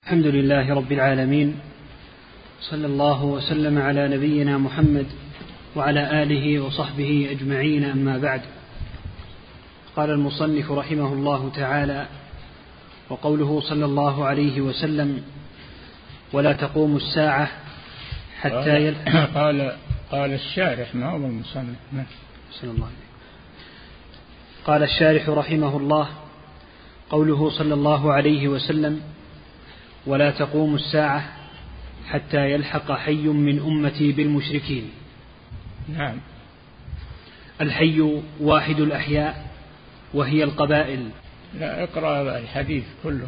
الحمد لله رب العالمين، صلى الله وسلم على نبينا محمد وعلى آله وصحبه أجمعين، أما بعد. قال المصنف رحمه الله تعالى: وقوله صلى الله عليه وسلم: ولا تقوم الساعة حتى قال الشارح، ما هو المصنف. قال الشارح رحمه الله: قوله صلى الله عليه وسلم: ولا تقوم الساعة حتى يلحق حي من أمتي بالمشركين. نعم. الحي واحد الأحياء وهي القبائل. لا، اقرأ الحديث كله.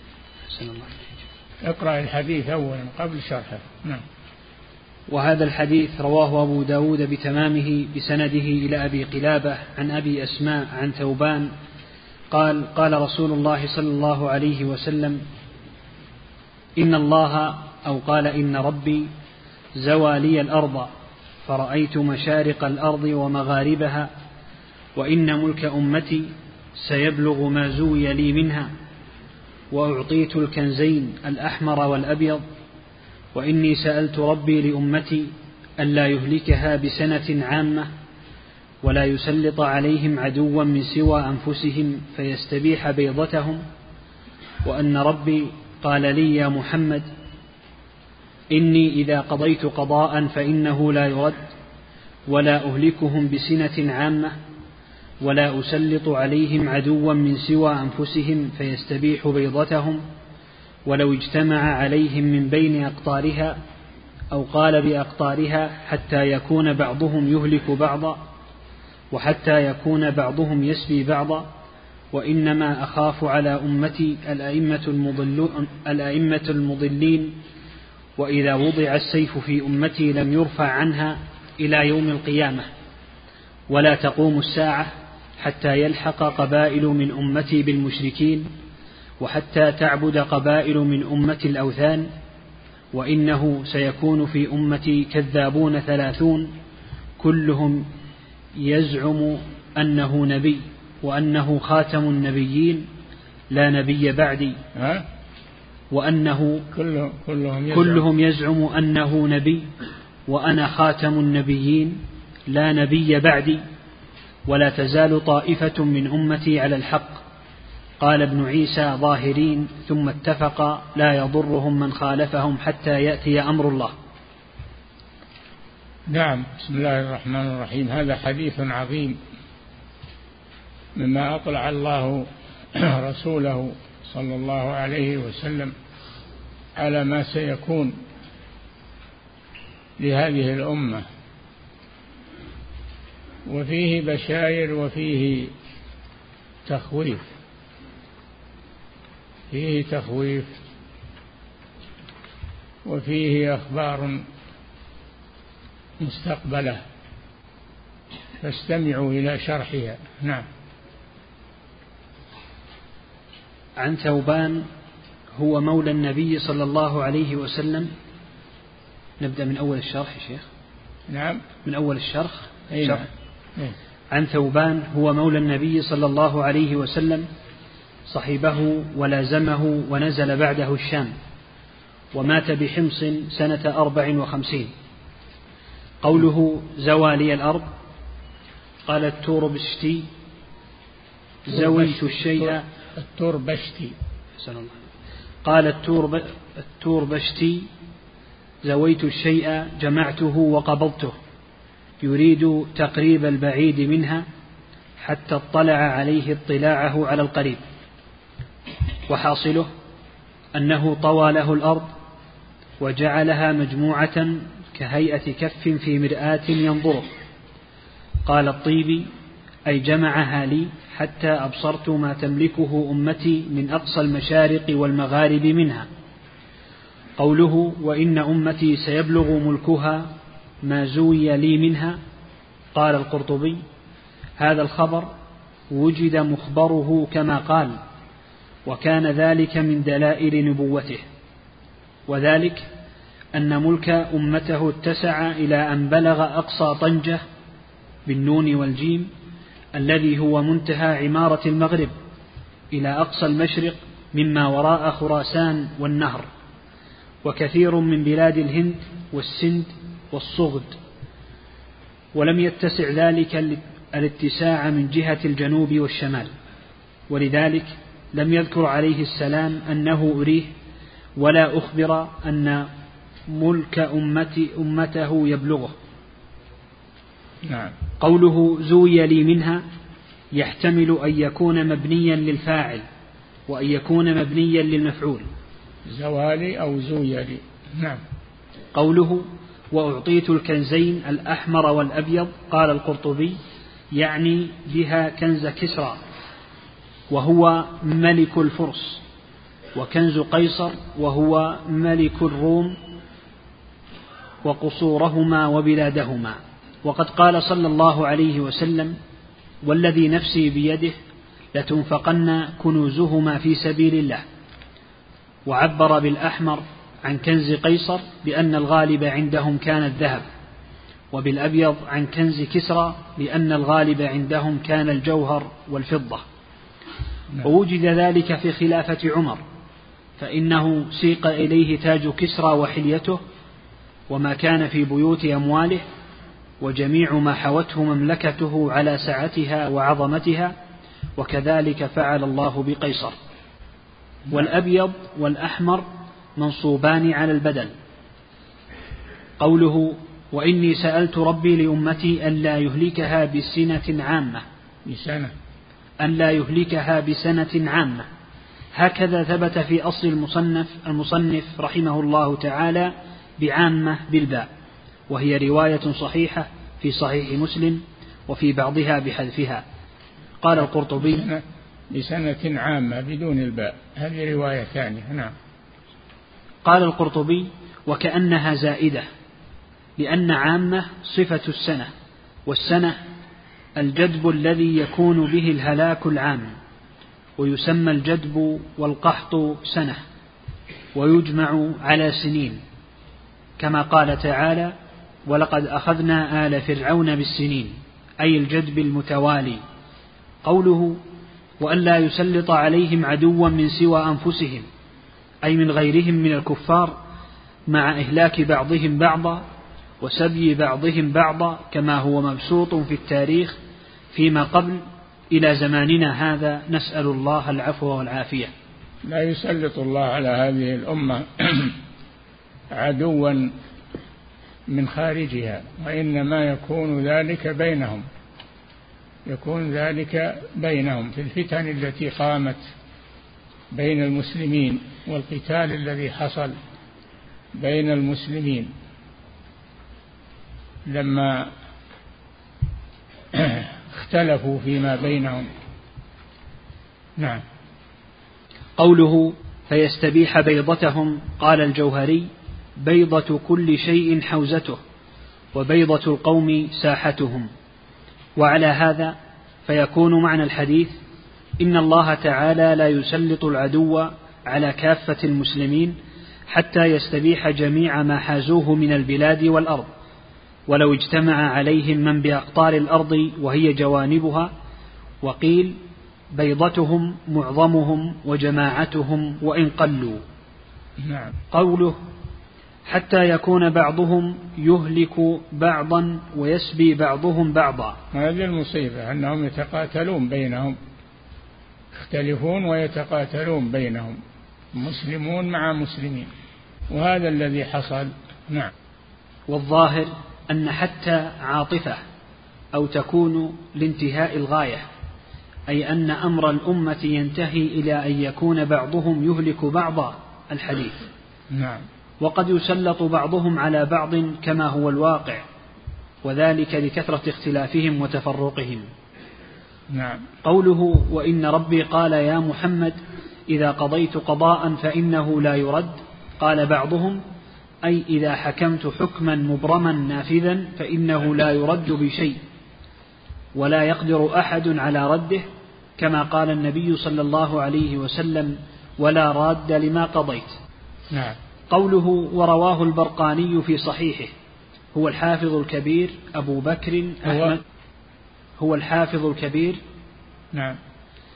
اقرأ الحديث أولا قبل شرحه. نعم. وهذا الحديث رواه أبو داود بتمامه بسنده إلى أبي قلابة عن أبي أسماء عن ثوبان قال: قال رسول الله صلى الله عليه وسلم: إن الله، أو قال إن ربي، زوى لي الأرض فرأيت مشارق الأرض ومغاربها، وإن ملك أمتي سيبلغ ما زوي لي منها، وأعطيت الكنزين الأحمر والأبيض، وإني سألت ربي لأمتي ألا يهلكها بسنة عامة، ولا يسلط عليهم عدوا من سوى أنفسهم فيستبيح بيضتهم، وأن ربي قال لي: يا محمد، إني إذا قضيت قضاء فإنه لا يرد، ولا أهلكهم بسنة عامة، ولا أسلط عليهم عدوا من سوى أنفسهم فيستبيح بيضتهم، ولو اجتمع عليهم من بين أقطارها، أو قال بأقطارها، حتى يكون بعضهم يهلك بعضا، وحتى يكون بعضهم يسبي بعضا، وإنما أخاف على أمتي الأئمة المضلين، وإذا وضع السيف في أمتي لم يرفع عنها إلى يوم القيامة. ولا تقوم الساعة حتى يلحق قبائل من أمتي بالمشركين، وحتى تعبد قبائل من أمتي الأوثان، وإنه سيكون في أمتي كذابون 30 كلهم يزعم أنه نبي وأنه خاتم النبيين لا نبي بعدي، وأنه كلهم يزعم أنه نبي وأنا خاتم النبيين لا نبي بعدي، ولا تزال طائفة من أمتي على الحق. قال ابن عيسى: ظاهرين، ثم اتفق لا يضرهم من خالفهم حتى يأتي أمر الله. نعم. بسم الله الرحمن الرحيم. هذا حديث عظيم مما أطلع الله رسوله صلى الله عليه وسلم على ما سيكون لهذه الأمة، وفيه بشائر وفيه تخويف. فيه تخويف وفيه أخبار مستقبلة، فاستمعوا إلى شرحها. نعم. عن ثوبان هو مولى النبي صلى الله عليه وسلم. نبدأ من أول الشرح يا شيخ. نعم، من أول الشرح. نعم. عن ثوبان هو مولى النبي صلى الله عليه وسلم، صحبه ولازمه ونزل بعده الشام، ومات بحمص سنة 54. قوله زوى لي الأرض، قال التوربشتي: زويت الشيء. التوربشتي. قال التوربشتي: زويت الشيء جمعته وقبضته، يريد تقريب البعيد منها حتى اطلع عليه اطلاعه على القريب. وحاصله أنه طوى له الأرض وجعلها مجموعة كهيئة كف في مرآة ينظره. قال الطيبي: أي جمعها لي حتى أبصرت ما تملكه أمتي من أقصى المشارق والمغارب منها. قوله: وإن أمتي سيبلغ ملكها ما زوي لي منها، قال القرطبي: هذا الخبر وجد مخبره كما قال، وكان ذلك من دلائل نبوته، وذلك أن ملك أمته اتسع إلى أن بلغ أقصى طنجة بالنون والجيم الذي هو منتهى عمارة المغرب، إلى أقصى المشرق مما وراء خراسان والنهر، وكثير من بلاد الهند والسند والصغد، ولم يتسع ذلك الاتساع من جهة الجنوب والشمال، ولذلك لم يذكر عليه السلام أنه أريه، ولا أخبر أن ملك أمته يبلغه. نعم. قوله زوي لي منها يحتمل أن يكون مبنيا للفاعل وأن يكون مبنيا للمفعول. زوالي أو زوي لي. نعم. قوله وأعطيت الكنزين الأحمر والأبيض، قال القرطبي يعني بها كنز كسرى وهو ملك الفرس، وكنز قيصر وهو ملك الروم وقصورهما وبلادهما. وقد قال صلى الله عليه وسلم والذي نفسي بيده لتنفقن كنوزهما في سبيل الله. وعبر بالأحمر عن كنز قيصر بأن الغالب عندهم كان الذهب، وبالأبيض عن كنز كسرى لأن الغالب عندهم كان الجوهر والفضة. ووجد ذلك في خلافة عمر، فإنه سيق إليه تاج كسرى وحليته وما كان في بيوت أمواله وجميع ما حوته مملكته على سعتها وعظمتها، وكذلك فعل الله بقيصر. والأبيض والأحمر منصوبان على البدل. قوله وإني سألت ربي لأمتي ألا يهلكها بسنة عامة، ألا يهلكها بسنة عامة، هكذا ثبت في أصل المصنف رحمه الله تعالى بعامة بالباء، وهي رواية صحيحة في صحيح مسلم وفي بعضها بحذفها. قال القرطبي بسنة عامة بدون الباء، هذه رواية ثانية. نعم. قال القرطبي وكأنها زائدة، لأن عامة صفة السنة، والسنة الجدب الذي يكون به الهلاك العام، ويسمى الجدب والقحط سنة، ويجمع على سنين، كما قال تعالى ولقد أخذنا آل فرعون بالسنين، أي الجدب المتوالي. قوله وألا يسلط عليهم عدوا من سوى أنفسهم، أي من غيرهم من الكفار، مع إهلاك بعضهم بعضا وسبي بعضهم بعضا، كما هو مبسوط في التاريخ فيما قبل إلى زماننا هذا، نسأل الله العفو والعافية. لا يسلط الله على هذه الأمة عدوا من خارجها، وإنما يكون ذلك بينهم في الفتن التي قامت بين المسلمين والقتال الذي حصل بين المسلمين لما اختلفوا فيما بينهم. نعم. قوله فيستبيح بيضتهم، قال الجوهري بيضة كل شيء حوزته، وبيضة القوم ساحتهم. وعلى هذا فيكون معنى الحديث إن الله تعالى لا يسلط العدو على كافة المسلمين حتى يستبيح جميع ما حازوه من البلاد والأرض، ولو اجتمع عليهم من بأقطار الأرض وهي جوانبها. وقيل بيضتهم معظمهم وجماعتهم وإن قلوا. نعم. قوله حتى يكون بعضهم يهلك بعضا ويسبي بعضهم بعضا، هذه المصيبة أنهم يتقاتلون بينهم، يختلفون ويتقاتلون بينهم، مسلمون مع مسلمين، وهذا الذي حصل. نعم. والظاهر أن حتى عاطفة أو تكون لانتهاء الغاية، أي أن أمر الأمة ينتهي إلى أن يكون بعضهم يهلك بعض الحديث. نعم. وقد يسلط بعضهم على بعض كما هو الواقع، وذلك لكثرة اختلافهم وتفرقهم. نعم. قوله وإن ربي قال يا محمد إذا قضيت قضاء فإنه لا يرد، قال بعضهم أي إذا حكمت حكما مبرما نافذا فإنه لا يرد بشيء، ولا يقدر أحد على رده، كما قال النبي صلى الله عليه وسلم ولا راد لما قضيت. نعم. قوله ورواه البرقاني في صحيحه، هو الحافظ الكبير أبو بكر أحمد، هو الحافظ الكبير. نعم.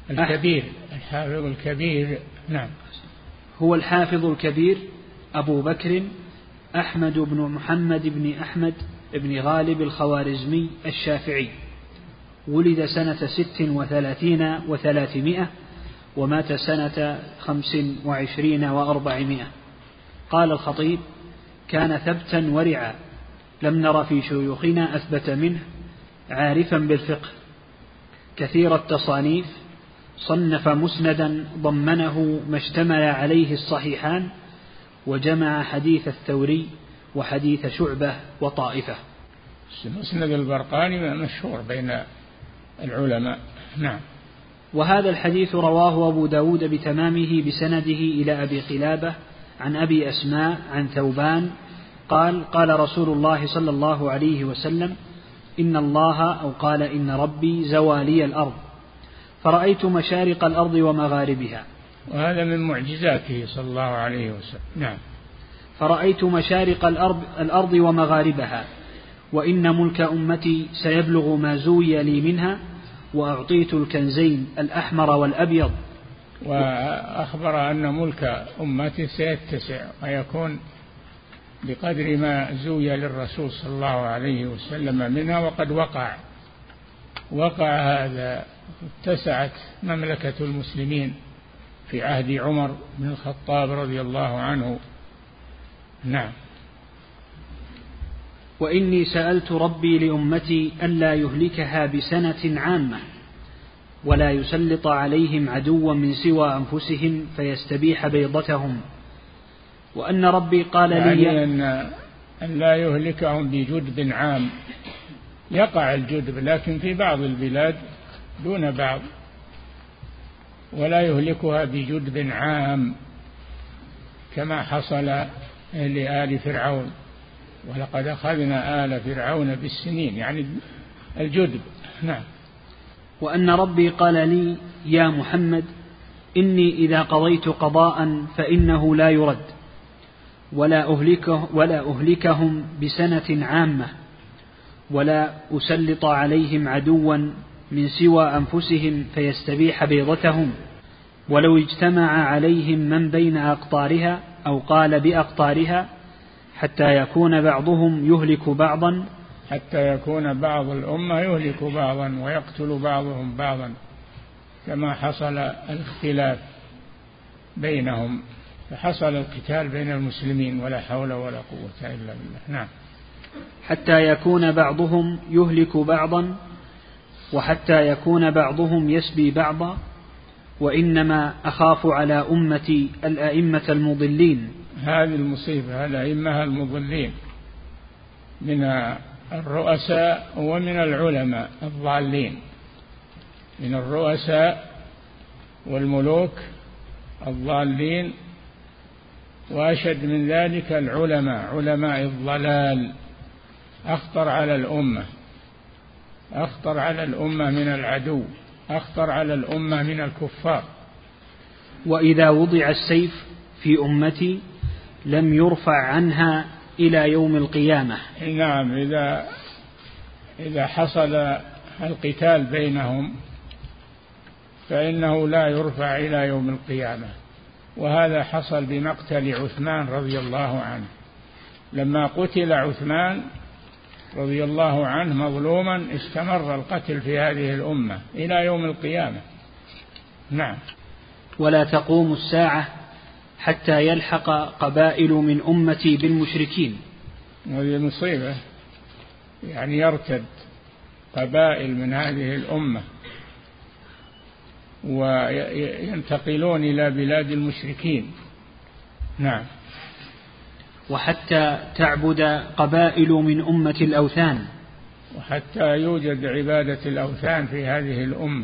الكبير، الحافظ الكبير. نعم. هو الحافظ الكبير أبو بكر أحمد بن محمد بن أحمد بن غالب الخوارزمي الشافعي، ولد سنة 36 و300 ومات سنة 25 و400. قال الخطيب: كان ثبتا ورعا، لم نر في شيوخنا أثبت منه، عارفا بالفقه، كثير التصانيف، صنف مسندا ضمنه ما اشتمل عليه الصحيحان، وجمع حديث الثوري وحديث شعبة وطائفة. مسند البرقاني مشهور بين العلماء. نعم. وهذا الحديث رواه أبو داود بتمامه بسنده إلى أبي قلابة عن أبي أسماء عن ثوبان قال: قال رسول الله صلى الله عليه وسلم: إن الله أو قال إن ربي زوالي الأرض، فرأيت مشارق الأرض ومغاربها. وهذا من معجزاته صلى الله عليه وسلم. نعم. فرأيت مشارق الأرض ومغاربها، وإن ملك أمتي سيبلغ ما زوي لي منها، وأعطيت الكنزين الأحمر والأبيض. وأخبر أن ملك أمتي سيتسع ويكون بقدر ما زوي للرسول صلى الله عليه وسلم منها، وقد وقع هذا. اتسعت مملكة المسلمين في عهد عمر بن الخطاب رضي الله عنه. نعم. وإني سألت ربي لأمتي ألا يهلكها بسنة عامة، ولا يسلط عليهم عدوا من سوى أنفسهم فيستبيح بيضتهم، وأن ربي قال لي يعني أن لا يهلكهم بجدب عام. يقع الجدب لكن في بعض البلاد دون بعض، ولا يهلكها بجدب عام كما حصل لآل فرعون، ولقد أخذنا آل فرعون بالسنين، يعني الجدب. نعم. وأن ربي قال لي: يا محمد، إني إذا قضيت قضاء فإنه لا يرد، ولا أهلكهم بسنة عامة، ولا أسلط عليهم عدوا من سوى أنفسهم فيستبيح بيضتهم، ولو اجتمع عليهم من بين أقطارها أو قال بأقطارها، حتى يكون بعضهم يهلك بعضا، حتى يكون بعض الأمة يهلك بعضا ويقتل بعضهم بعضا، كما حصل الاختلاف بينهم، فحصل القتال بين المسلمين ولا حول ولا قوة إلا بالله. نعم. حتى يكون بعضهم يهلك بعضا، وحتى يكون بعضهم يسبي بعضا، وإنما أخاف على أمتي الأئمة المضلين. هذه المصيبة، الأئمة المضلين من الرؤساء ومن العلماء الضالين، من الرؤساء والملوك الضالين، وأشد من ذلك العلماء، علماء الضلال، أخطر على الأمة، أخطر على الأمة من العدو، أخطر على الأمة من الكفار. وإذا وضع السيف في أمتي لم يرفع عنها إلى يوم القيامة. نعم. إذا حصل القتال بينهم فإنه لا يرفع إلى يوم القيامة. وهذا حصل بمقتل عثمان رضي الله عنه، لما قتل عثمان رضي الله عنه مظلوما استمر القتل في هذه الأمة إلى يوم القيامة. نعم. ولا تقوم الساعة حتى يلحق قبائل من أمتي بالمشركين. هذه مصيبة، يعني يرتد قبائل من هذه الأمة وينتقلون إلى بلاد المشركين. نعم. وحتى تعبد قبائل من أمة الأوثان، وحتى يوجد عبادة الأوثان في هذه الأمة.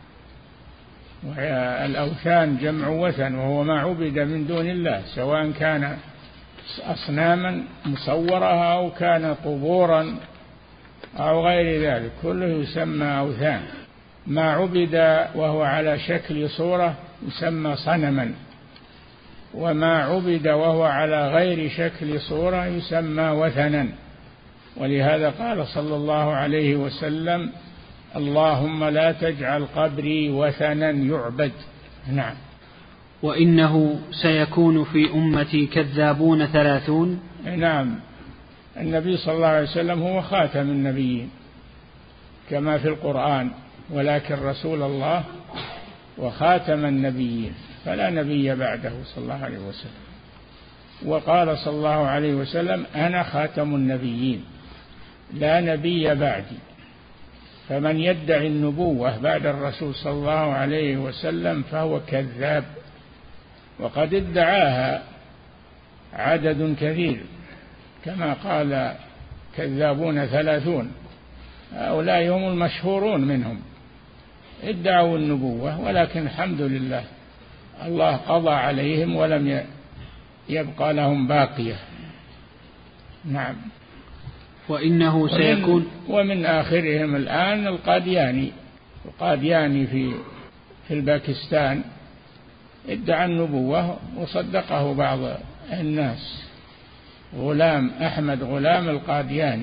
والأوثان جمع وثن، وهو ما عبد من دون الله، سواء كان أصناما مصورة أو كان قبورا أو غير ذلك، كله يسمى أوثان. ما عبد وهو على شكل صورة يسمى صنما، وما عبد وهو على غير شكل صورة يسمى وثنا. ولهذا قال صلى الله عليه وسلم: اللهم لا تجعل قبري وثنا يعبد. نعم. وإنه سيكون في أمتي كذابون 30. نعم، النبي صلى الله عليه وسلم هو خاتم النبيين كما في القرآن، ولكن رسول الله وخاتم النبيين فلا نبي بعده صلى الله عليه وسلم. وقال صلى الله عليه وسلم أنا خاتم النبيين لا نبي بعدي. فمن يدعي النبوة بعد الرسول صلى الله عليه وسلم فهو كذاب، وقد ادعاها عدد كثير كما قال كذابون 30. هؤلاء هم المشهورون منهم، ادعوا النبوة، ولكن الحمد لله الله قضى عليهم ولم يبقى لهم باقية. نعم. وإنه سيكون ومن آخرهم الآن القادياني في الباكستان ادعى النبوة وصدقه بعض الناس، أحمد غلام القادياني،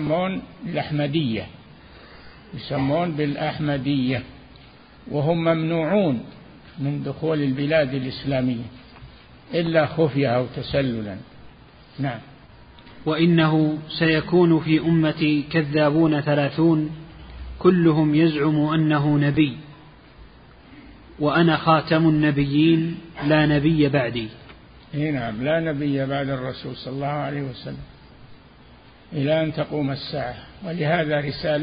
يسمون بالأحمدية، وهم ممنوعون من دخول البلاد الإسلامية إلا خفية أو تسللا. نعم. وإنه سيكون في أمتي كذابون 30 كلهم يزعم أنه نبي، وأنا خاتم النبيين لا نبي بعدي. نعم، لا نبي بعد الرسول صلى الله عليه وسلم إلى أن تقوم الساعة. ولهذا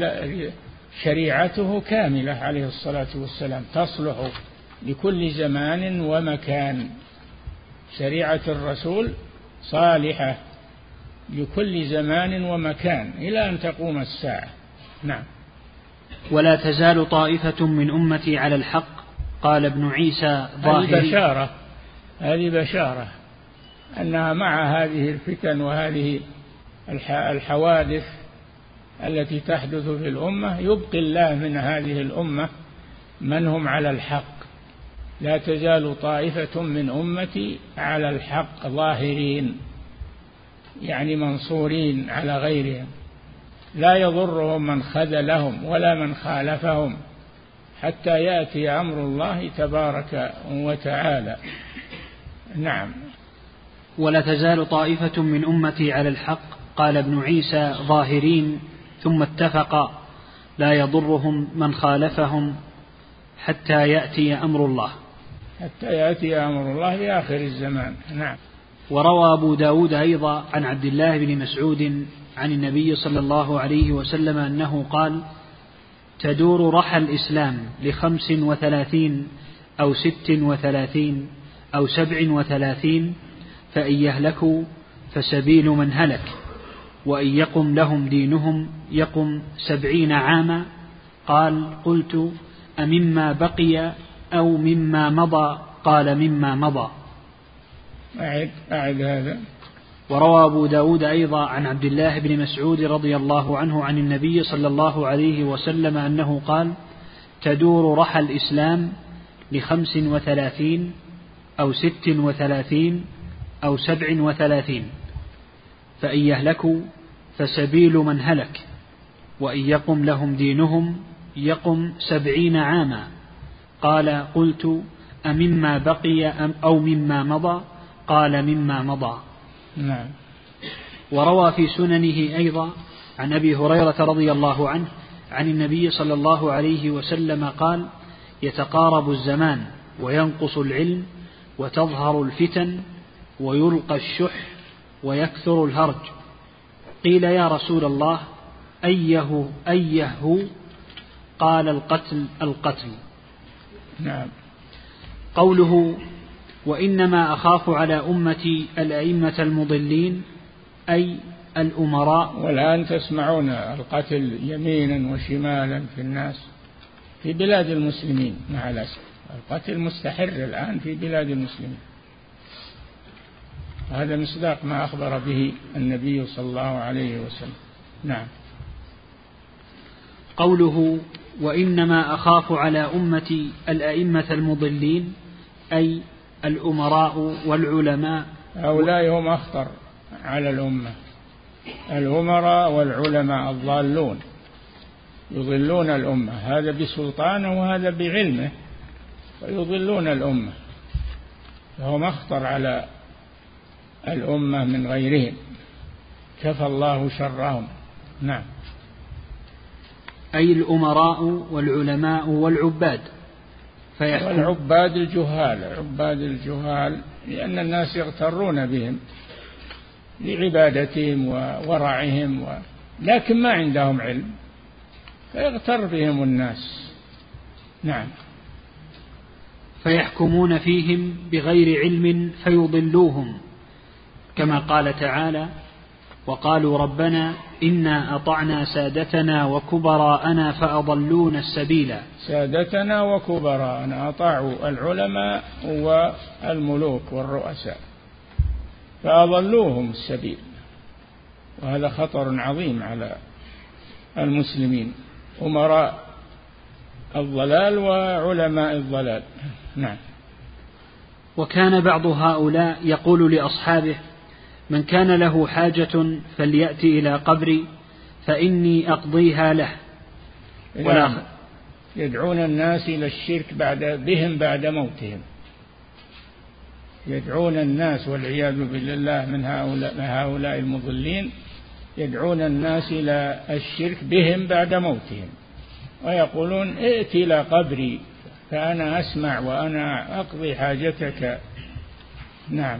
شريعته كاملة عليه الصلاة والسلام، تصلح لكل زمان ومكان. شريعة الرسول صالحة لكل زمان ومكان إلى أن تقوم الساعة. نعم. ولا تزال طائفة من أمتي على الحق. قال ابن عيسى ظاهري. هذه بشارة أنها مع هذه الفتن وهذه الحوادث التي تحدث في الأمة يبقي الله من هذه الأمة من هم على الحق. لا تزال طائفة من أمتي على الحق ظاهرين، يعني منصورين على غيرهم، لا يضرهم من خذلهم ولا من خالفهم حتى يأتي أمر الله تبارك وتعالى. نعم. ولا تزال طائفة من أمتي على الحق. قال ابن عيسى ظاهرين، ثم اتفق لا يضرهم من خالفهم حتى يأتي أمر الله. حتى يأتي أمر الله في آخر الزمان. نعم. وروى أبو داود أيضا عن عبد الله بن مسعود عن النبي صلى الله عليه وسلم أنه قال: تدور رحى الإسلام ل35 أو 36 أو 37، فإن يهلكوا فسبيل من هلك، وإن يقم لهم دينهم يقم 70 عاما. قال: قلت: أمما بقي أو مما مضى؟ قال: مما مضى. أعد هذا. وروى أبو داود أيضا عن عبد الله بن مسعود رضي الله عنه عن النبي صلى الله عليه وسلم أنه قال: تدور رحى الإسلام ل35 أو 36 أو 37، فإن يهلكوا فسبيل من هلك، وإن يقم لهم دينهم يقم 70 عاما. قال: قلت: أمما بقي أو مما مضى؟ قال: مما مضى. نعم. وروى في سننه أيضا عن أبي هريرة رضي الله عنه عن النبي صلى الله عليه وسلم قال: يتقارب الزمان وينقص العلم وتظهر الفتن ويلقى الشح ويكثر الهرج. قيل: يا رسول الله أيه؟ قال: القتل. نعم. قوله: وإنما أخاف على أمتي الأئمة المضلين، أي الأمراء. والآن تسمعون القتل يمينا وشمالا في الناس في بلاد المسلمين مع الأسف. القتل مستحر الآن في بلاد المسلمين، هذا مصداق ما أخبر به النبي صلى الله عليه وسلم. نعم. قوله: وإنما أخاف على أمتي الأئمة المضلين، أي الأمراء والعلماء. هؤلاء هم أخطر على الأمة، الأمراء والعلماء الضالون يضلون الأمة، هذا بسلطانه وهذا بعلمه، ويضلون الأمة، فهو مخطر على الأمة من غيرهم، كفى الله شرهم. نعم. أي الأمراء والعلماء والعباد. والعباد الجهال، عباد الجهال، لأن الناس يغترون بهم لعبادتهم وورعهم لكن ما عندهم علم فيغتر بهم الناس. نعم. فيحكمون فيهم بغير علم فيضلوهم، كما قال تعالى: وقالوا ربنا إنا أطعنا سادتنا وكبراءنا فأضلونا السبيل. سادتنا وكبراءنا، أطاعوا العلماء والملوك والرؤساء فأضلوهم السبيل، وهذا خطر عظيم على المسلمين، أمراء الضلال وعلماء الضلال. نعم. وكان بعض هؤلاء يقول لأصحابه: من كان له حاجة فليأتي إلى قبري فإني أقضيها له. يدعون الناس إلى الشرك بهم بعد موتهم، يدعون الناس والعياذ بالله من هؤلاء المضلين، يدعون الناس إلى الشرك بهم بعد موتهم، ويقولون ائت إلى قبري فأنا أسمع وأنا أقضي حاجتك. نعم.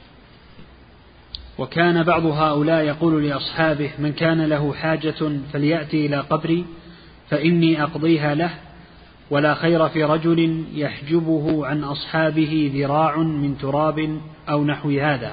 وكان بعض هؤلاء يقول لأصحابه: من كان له حاجة فليأتي إلى قبري فإني أقضيها له، ولا خير في رجل يحجبه عن أصحابه ذراع من تراب أو نحو هذا.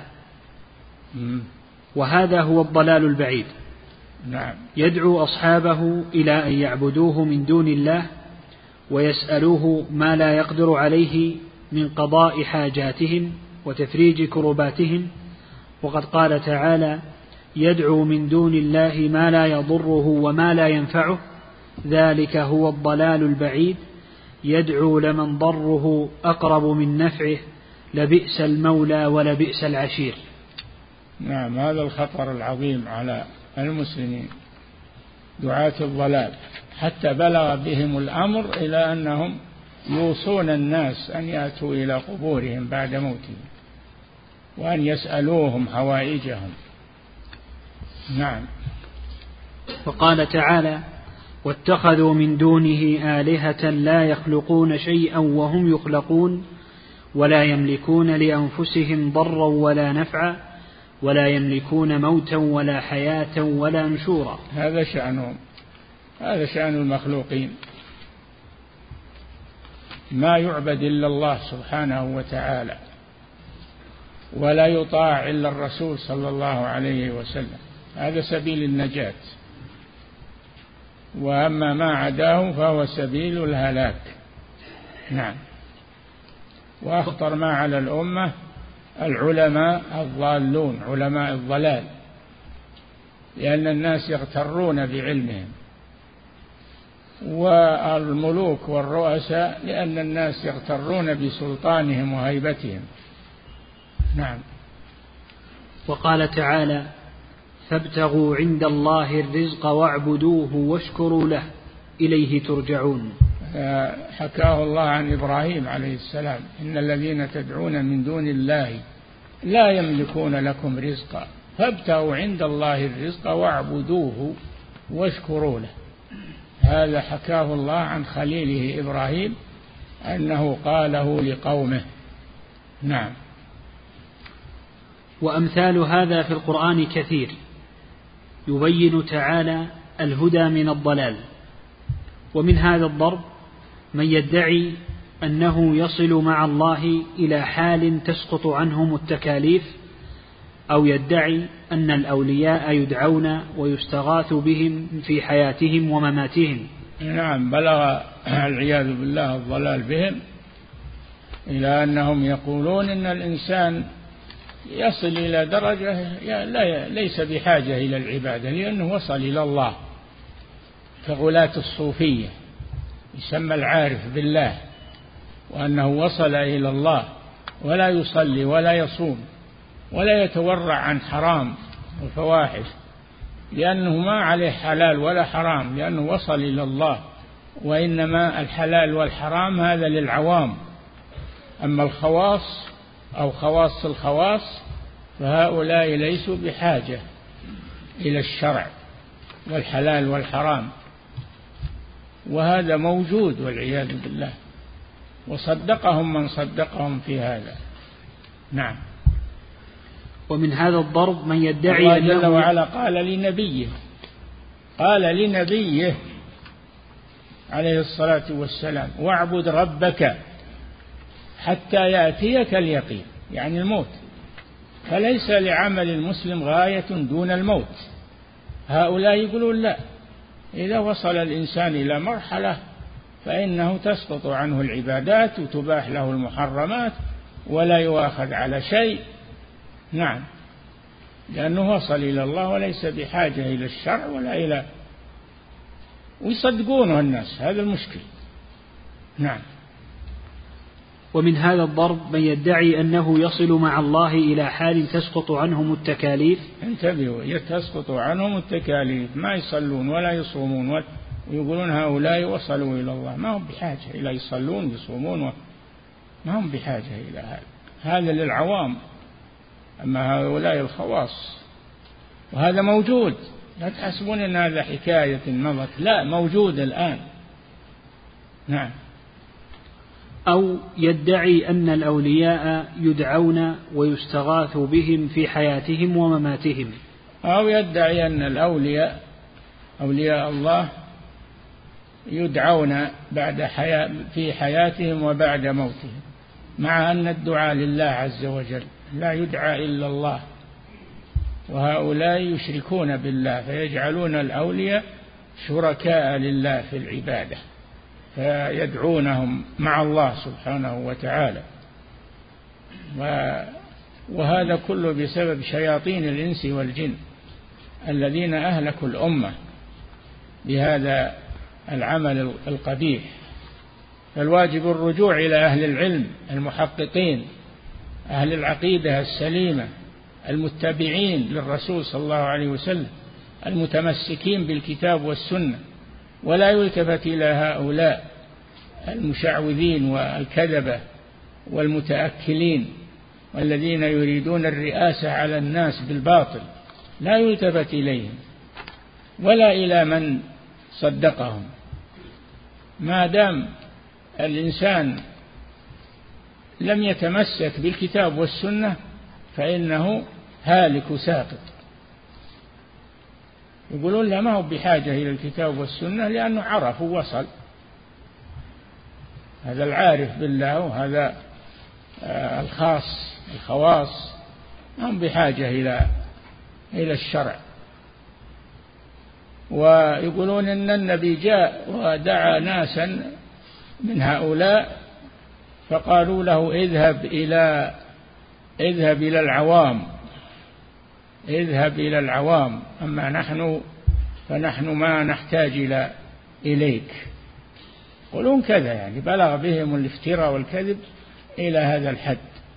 وهذا هو الضلال البعيد. نعم. يدعو أصحابه إلى أن يعبدوه من دون الله ويسألوه ما لا يقدر عليه من قضاء حاجاتهم وتفريج كرباتهم، وقد قال تعالى: يدعو من دون الله ما لا يضره وما لا ينفعه، ذلك هو الضلال البعيد. يدعو لمن ضره أقرب من نفعه، لبئس المولى ولبئس العشير. نعم. هذا الخطر العظيم على المسلمين، دعاة الضلال، حتى بلغ بهم الأمر إلى أنهم يوصون الناس أن يأتوا إلى قبورهم بعد موتهم وأن يسألوهم حوائجهم. نعم. وقال تعالى: واتخذوا من دونه آلهة لا يخلقون شيئا وهم يخلقون ولا يملكون لأنفسهم ضرا ولا نفعا ولا يملكون موتا ولا حياة ولا نشورا. هذا شأنهم، هذا شأن المخلوقين، ما يعبد إلا الله سبحانه وتعالى، ولا يطاع إلا الرسول صلى الله عليه وسلم، هذا سبيل النجاة، وأما ما عداه فهو سبيل الهلاك. نعم. وأخطر ما على الأمة العلماء الضالون، علماء الضلال، لأن الناس يغترون بعلمهم، والملوك والرؤساء لأن الناس يغترون بسلطانهم وهيبتهم. نعم. وقال تعالى: فابتغوا عند الله الرزق واعبدوه واشكروا له إليه ترجعون. حكاه الله عن إبراهيم عليه السلام: إن الذين تدعون من دون الله لا يملكون لكم رزقا فابتغوا عند الله الرزق واعبدوه واشكروا له. هذا حكاه الله عن خليله إبراهيم أنه قاله لقومه. نعم. وأمثال هذا في القرآن كثير، يبين تعالى الهدى من الضلال. ومن هذا الضرب من يدعي أنه يصل مع الله إلى حال تسقط عنهم التكاليف، أو يدعي أن الأولياء يدعون ويستغاث بهم في حياتهم ومماتهم. نعم. بلغ العياذ بالله الضلال بهم إلى أنهم يقولون إن الإنسان يصل إلى درجة ليس بحاجة إلى العبادة لأنه وصل إلى الله، كغلاة الصوفية، يسمى العارف بالله وأنه وصل إلى الله، ولا يصلي ولا يصوم ولا يتورع عن حرام وفواحش، لأنه ما عليه حلال ولا حرام، لأنه وصل إلى الله، وإنما الحلال والحرام هذا للعوام. أما الخواص أو خواص الخواص فهؤلاء ليسوا بحاجة إلى الشرع والحلال والحرام، وهذا موجود والعياذ بالله، وصدقهم من صدقهم في هذا. نعم. ومن هذا الضرب من يدعي الله جل وعلا قال لنبيه عليه الصلاة والسلام: واعبد ربك حتى يأتيك اليقين، يعني الموت. فليس لعمل المسلم غاية دون الموت. هؤلاء يقولون لا، إذا وصل الإنسان إلى مرحلة فإنه تسقط عنه العبادات وتباح له المحرمات ولا يؤاخذ على شيء. نعم، لأنه وصل إلى الله وليس بحاجة إلى الشرع ولا إلى، ويصدقونه الناس، هذا المشكل. نعم. ومن هذا الضرب من يدعي أنه يصل مع الله إلى حال تسقط عنهم التكاليف. انتبهوا، تسقط عنهم التكاليف، ما يصلون ولا يصومون، ويقولون هؤلاء وصلوا إلى الله. ما هم بحاجة إلى يصلون يصومون، ما هم بحاجة إلى هذا للعوام. أما هؤلاء الخواص، وهذا موجود، لا تحسبون أن هذا حكاية مضت، لا، موجود الآن. نعم. أو يدعي أن الأولياء يدعون ويستغاث بهم في حياتهم ومماتهم. أو يدعي أن الأولياء، أولياء الله، يدعون في حياتهم وبعد موتهم، مع أن الدعاء لله عز وجل، لا يدعى إلا الله. وهؤلاء يشركون بالله فيجعلون الأولياء شركاء لله في العبادة، فيدعونهم مع الله سبحانه وتعالى. وهذا كله بسبب شياطين الإنس والجن الذين أهلكوا الأمة بهذا العمل القبيح. فالواجب الرجوع إلى أهل العلم المحققين، أهل العقيدة السليمة المتبعين للرسول صلى الله عليه وسلم، المتمسكين بالكتاب والسنة، ولا يلتفت إلى هؤلاء المشعوذين والكذبة والمتأكلين والذين يريدون الرئاسة على الناس بالباطل، لا يلتفت إليهم ولا إلى من صدقهم. ما دام الإنسان لم يتمسك بالكتاب والسنة فإنه هالك ساقط. يقولون لا، ما هو بحاجة إلى الكتاب والسنة لأنه عرف ووصل. هذا العارف بالله، وهذا الخواص ما هم بحاجة إلى الشرع. ويقولون إن النبي جاء ودعا ناسا من هؤلاء فقالوا له اذهب إلى العوام، اذهب إلى العوام، أما نحن فنحن ما نحتاج إليك. يقولون كذا، يعني بلغ بهم الافتراء والكذب إلى هذا الحد.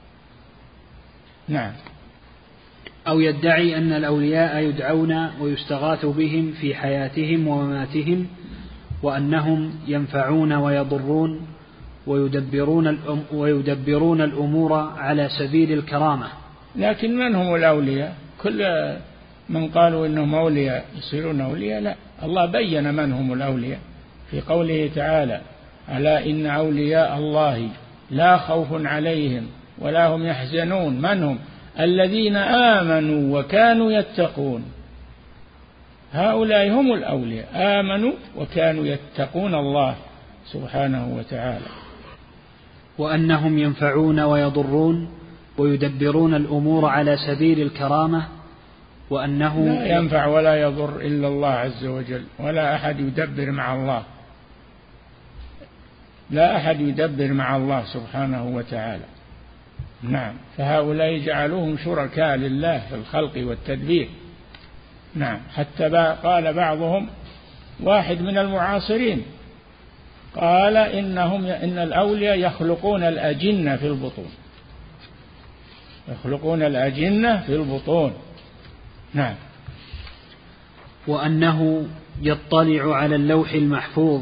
نعم. أو يدعي أن الأولياء يدعون ويستغاث بهم في حياتهم ومماتهم، وأنهم ينفعون ويضرون ويدبرون الأمور على سبيل الكرامة. لكن من هم الأولياء؟ كل من قالوا إنهم أولياء يصيرون أولياء؟ لا، الله بين من هم الأولياء في قوله تعالى: ألا إن أولياء الله لا خوف عليهم ولا هم يحزنون. من هم؟ الذين آمنوا وكانوا يتقون. هؤلاء هم الأولياء، آمنوا وكانوا يتقون الله سبحانه وتعالى. وأنهم ينفعون ويضرون ويدبرون الأمور على سبيل الكرامة، وأنه لا ينفع ولا يضر إلا الله عز وجل، ولا أحد يدبر مع الله، لا أحد يدبر مع الله سبحانه وتعالى. نعم. فهؤلاء جعلوهم شركاء لله في الخلق والتدبير. نعم. حتى قال بعضهم، واحد من المعاصرين قال إن الأولياء يخلقون الأجنة في البطون، يخلقون الأجنة في البطون. نعم. وأنه يطلع على اللوح المحفوظ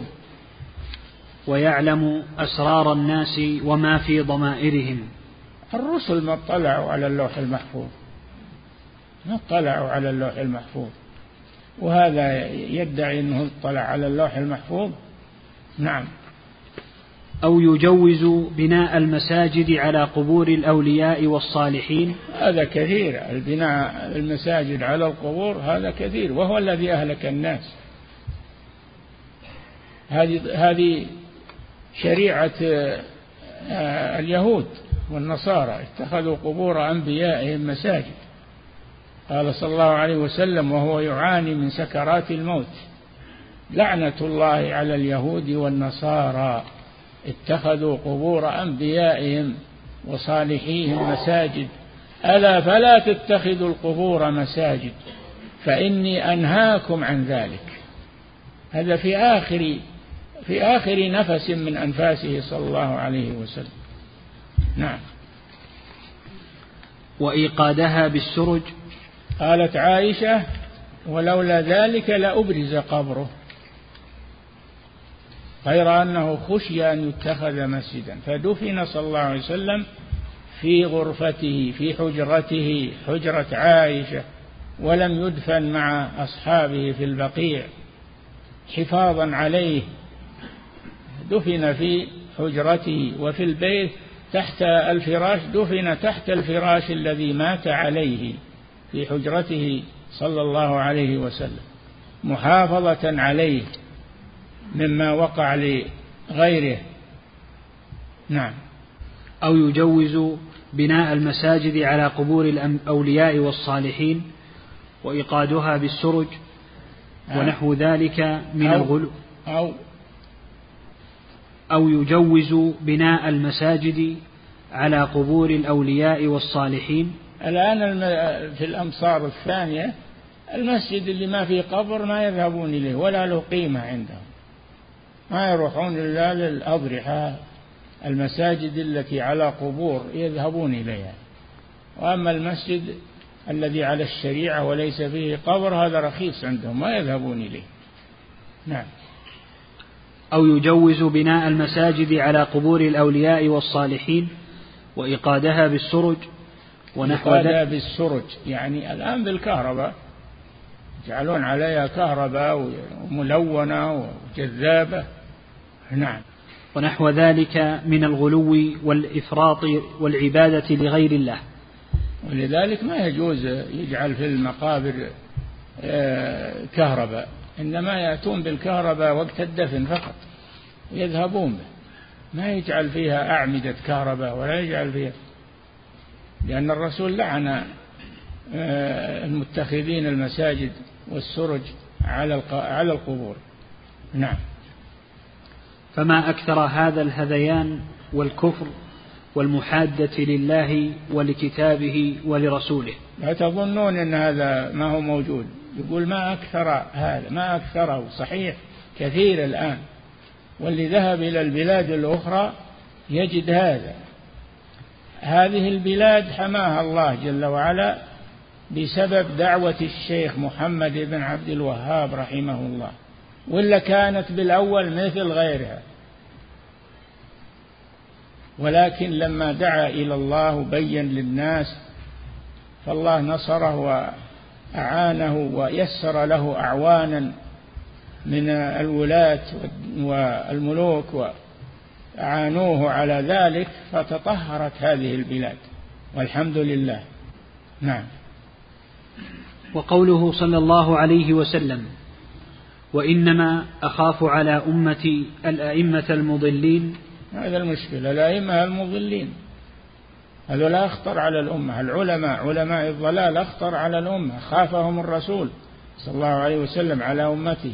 ويعلم أسرار الناس وما في ضمائرهم. الرسل ما اطلعوا على اللوح المحفوظ، ما اطلعوا على اللوح المحفوظ، وهذا يدعي أنه اطلع على اللوح المحفوظ. نعم. أو يجوز بناء المساجد على قبور الأولياء والصالحين. هذا كثير، البناء المساجد على القبور هذا كثير، وهو الذي أهلك الناس. هذه شريعة اليهود والنصارى، اتخذوا قبور أنبيائهم مساجد. قال صلى الله عليه وسلم وهو يعاني من سكرات الموت: لعنة الله على اليهود والنصارى اتخذوا قبور أنبيائهم وصالحيهم مساجد، ألا فلا تتخذوا القبور مساجد فإني أنهاكم عن ذلك. هذا في آخر نفس من أنفاسه صلى الله عليه وسلم. نعم. وإيقادها بالسرج. قالت عائشة: ولولا ذلك لأبرز قبره، غير أنه خشي أن يتخذ مسجدا، فدفن صلى الله عليه وسلم في غرفته في حجرته، حجرة عائشة، ولم يدفن مع أصحابه في البقيع حفاظا عليه. دفن في حجرته، وفي البيت تحت الفراش، دفن تحت الفراش الذي مات عليه في حجرته صلى الله عليه وسلم، محافظة عليه مما وقع لغيره. نعم. أو يجوز بناء المساجد على قبور الأولياء والصالحين وإيقادها بالسرج ونحو ذلك من الغلو. أو يجوز بناء المساجد على قبور الأولياء والصالحين. الآن في الأمصار الثانية المسجد اللي ما فيه قبر ما يذهبون إليه ولا له قيمة عندهم، ما يروحون إلا للأضرحة. المساجد التي على قبور يذهبون إليها، وأما المسجد الذي على الشريعة وليس فيه قبر هذا رخيص عندهم، ما يذهبون إليه. نعم. أو يجوز بناء المساجد على قبور الأولياء والصالحين وإيقادها بالسرج ونحو ذلك. بالسرج يعني الآن بالكهرباء، يجعلون عليها كهرباء وملونة وجذابة. نعم. ونحو ذلك من الغلو والإفراط والعبادة لغير الله. ولذلك ما يجوز يجعل في المقابر كهرباء، إنما يأتون بالكهرباء وقت الدفن فقط يذهبون به، ما يجعل فيها أعمدة كهرباء ولا يجعل فيها، لأن الرسول لعن المتخذين المساجد والسرج على القبور. نعم. فما أكثر هذا الهذيان والكفر والمحادة لله ولكتابه ولرسوله. لا تظنون أن هذا ما هو موجود، يقول ما أكثر هذا، ما أكثره، صحيح كثير الآن، واللي ذهب إلى البلاد الأخرى يجد هذا. هذه البلاد حماها الله جل وعلا بسبب دعوة الشيخ محمد بن عبد الوهاب رحمه الله، ولا كانت بالأول مثل غيرها، ولكن لما دعا إلى الله وبين للناس فالله نصره وأعانه ويسر له أعوانا من الولاة والملوك وأعانوه على ذلك، فتطهرت هذه البلاد والحمد لله. نعم. وقوله صلى الله عليه وسلم: وإنما أخاف على أمتي الأئمة المضلين. هذا المشكلة، الأئمة المضلين هذا لا أخطر على الأمة، العلماء علماء الضلال أخطر على الأمة، خافهم الرسول صلى الله عليه وسلم على أمته.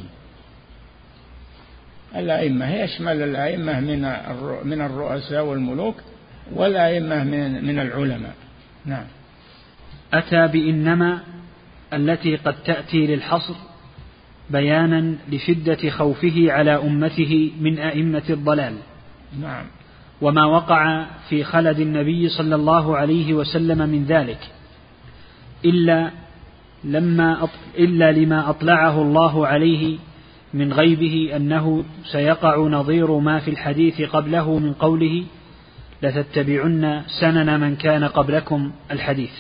الأئمة يشمل الأئمة من الرؤساء والملوك، والأئمة من العلماء. نعم. أتى بإنما التي قد تأتي للحصر بيانا لشدة خوفه على أمته من أئمة الضلال. نعم. وما وقع في خلد النبي صلى الله عليه وسلم من ذلك، إلا إلا لما أطلعه الله عليه من غيبه أنه سيقع نظير ما في الحديث قبله من قوله لتتبعن سنن من كان قبلكم الحديث.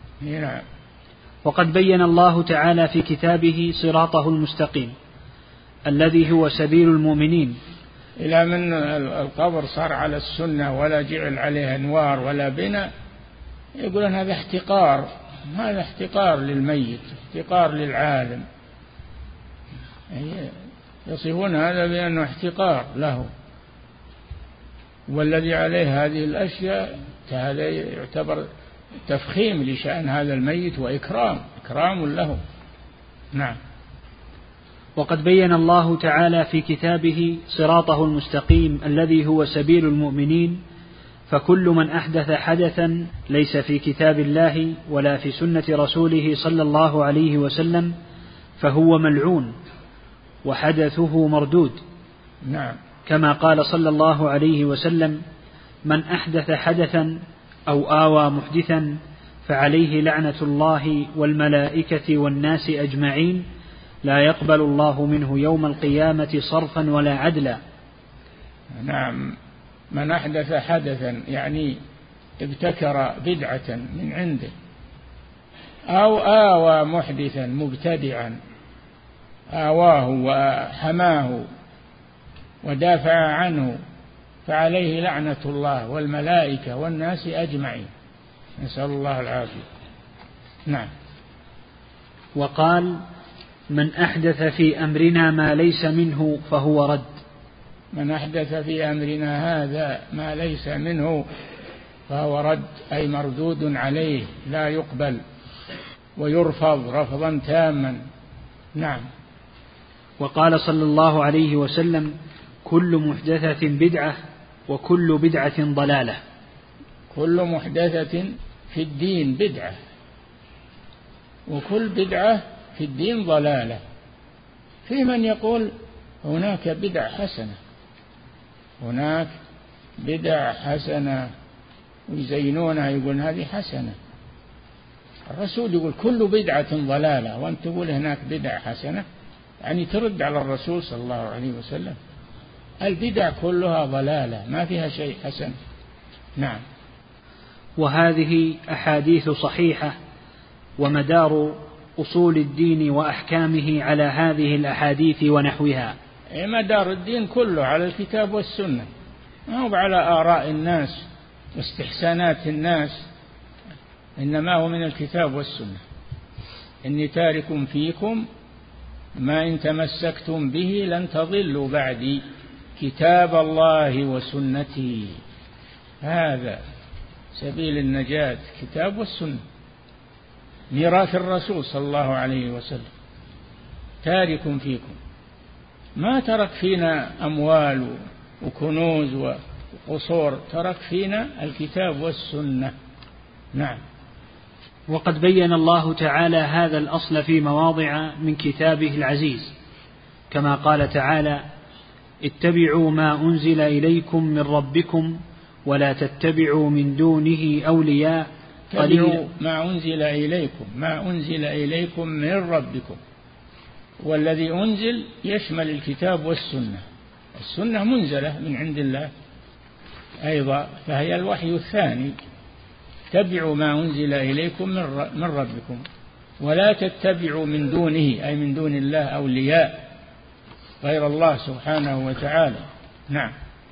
وقد بين الله تعالى في كتابه صراطه المستقيم الذي هو سبيل المؤمنين، إلى من القبر صار على السنة ولا جعل عليه أنوار ولا بناء، يقولون هذا احتقار، هذا احتقار للميت، احتقار للعالم، يصفون هذا بأنه احتقار له، والذي عليه هذه الأشياء هذا يعتبر تفخيم لشأن هذا الميت وإكرام له. نعم. وقد بين الله تعالى في كتابه صراطه المستقيم الذي هو سبيل المؤمنين، فكل من أحدث حدثا ليس في كتاب الله ولا في سنة رسوله صلى الله عليه وسلم فهو ملعون وحدثه مردود. نعم. كما قال صلى الله عليه وسلم من أحدث حدثا أو آوى محدثا فعليه لعنة الله والملائكة والناس أجمعين لا يقبل الله منه يوم القيامة صرفا ولا عدلا. نعم. من أحدث حدثا يعني ابتكر بدعة من عنده، أو آوى محدثا مبتدعا آواه وحماه ودافع عنه فعليه لعنة الله والملائكة والناس أجمعين، نسأل الله العافية. نعم. وقال من أحدث في أمرنا ما ليس منه فهو رد. من أحدث في أمرنا هذا ما ليس منه فهو رد، أي مردود عليه لا يقبل ويرفض رفضا تاما. نعم. وقال صلى الله عليه وسلم كل محدثة بدعة وكل بدعة ضلالة. كل محدثة في الدين بدعة وكل بدعة في الدين ضلالة. في من يقول هناك بدع حسنة، هناك بدع حسنة ويزينونها، يقول هذه حسنة. الرسول يقول كل بدعة ضلالة، وأنت تقول هناك بدع حسنة، يعني ترد على الرسول صلى الله عليه وسلم. البدع كلها ضلالة ما فيها شيء حسن. نعم. وهذه أحاديث صحيحة ومدار أصول الدين وأحكامه على هذه الأحاديث ونحوها. مدار الدين كله على الكتاب والسنة، ما هو على آراء الناس واستحسانات الناس، إنما هو من الكتاب والسنة. إني تارك فيكم ما إن تمسكتم به لن تضلوا بعدي كتاب الله وسنتي، هذا سبيل النجاة، كتاب والسنة، ميراث الرسول صلى الله عليه وسلم. تارك فيكم، ما ترك فينا أموال وكنوز وقصور، ترك فينا الكتاب والسنة. نعم. وقد بين الله تعالى هذا الأصل في مواضع من كتابه العزيز، كما قال تعالى اتبعوا ما أنزل إليكم من ربكم ولا تتبعوا من دونه أولياء قليلا. ما أنزل إليكم من ربكم، والذي أنزل يشمل الكتاب والسنة. السنة منزلة من عند الله أيضا، فهي الوحي الثاني. اتبعوا ما أنزل إليكم من ربكم ولا تتبعوا من دونه، أي من دون الله أولياء غير الله سبحانه وتعالى. نعم.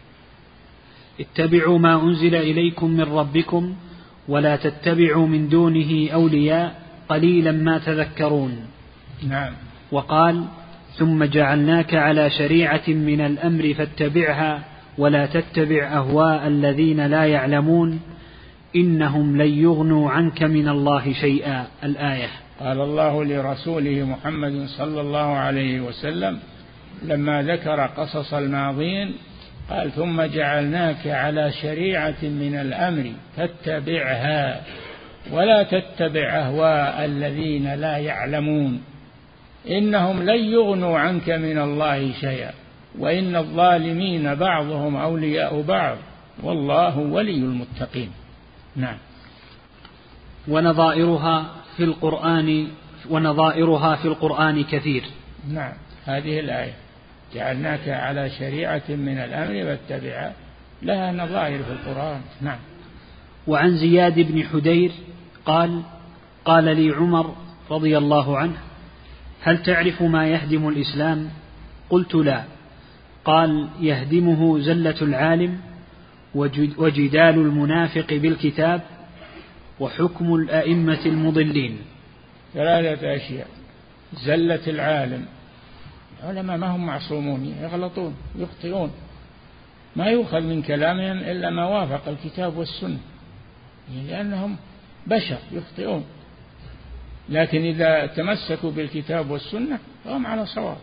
اتبعوا ما أنزل إليكم من ربكم ولا تتبعوا من دونه أولياء قليلا ما تذكرون. نعم. وقال ثم جعلناك على شريعة من الأمر فاتبعها ولا تتبع أهواء الذين لا يعلمون إنهم لن يغنوا عنك من الله شيئا. الآية. قال الله لرسوله محمد صلى الله عليه وسلم لما ذكر قصص الماضين قال ثم جعلناك على شريعة من الأمر فاتبعها ولا تتبع أهواء الذين لا يعلمون إنهم لن يغنوا عنك من الله شيئا وإن الظالمين بعضهم أولياء بعض والله ولي المتقين. نعم. ونظائرها في ونظائرها في القرآن كثير. نعم، هذه الآية جعلناك على شريعة من الأمر واتبعها لها نظائر في القرآن. نعم. وعن زياد بن حدير قال قال لي عمر رضي الله عنه هل تعرف ما يهدم الإسلام؟ قلت لا. قال يهدمه زلة العالم وجدال المنافق بالكتاب وحكم الأئمة المضلين. ثلاثة أشياء: زلة العالم، العلماء ما هم معصومون، يغلطون يخطئون، ما يؤخذ من كلامهم إلا ما وافق الكتاب والسنة، لأنهم بشر يخطئون، لكن إذا تمسكوا بالكتاب والسنة فهم على صواب.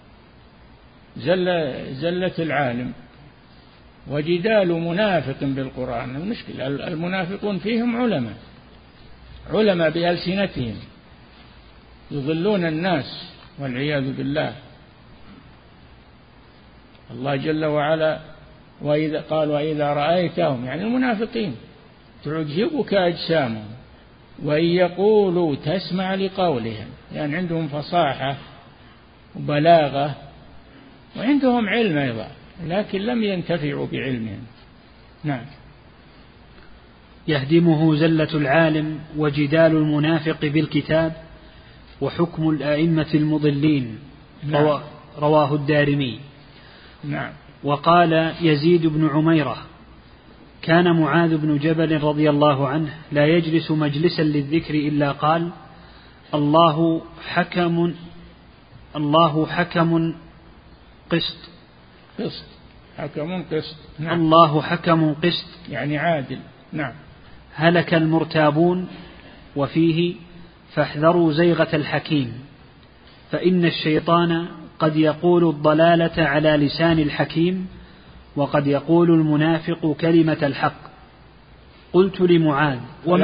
زلة العالم وجدال منافق بالقرآن. المشكلة المنافقون فيهم علماء بألسنتهم يضلون الناس والعياذ بالله. الله جل وعلا وإذا قال وإذا رأيتهم، يعني المنافقين، تعجبك أجسامهم وإن يقولوا تسمع لقولهم، يعني عندهم فصاحة وبلاغة وعندهم علم أيضا، لكن لم ينتفعوا بعلمهم. نعم. يهدمه زلة العالم وجدال المنافق بالكتاب وحكم الأئمة المضلين. نعم. رواه الدارمي. نعم. وقال يزيد بن عميرة كان معاذ بن جبل رضي الله عنه لا يجلس مجلسا للذكر إلا قال الله حكم قسط. حكم قسط. نعم. الله حكم قسط، يعني عادل. نعم. هلك المرتابون. وفيه فاحذروا زيغة الحكيم، فإن الشيطان قد يقول الضلالة على لسان الحكيم، وقد يقول المنافق كلمة الحق. قلت لمعاذ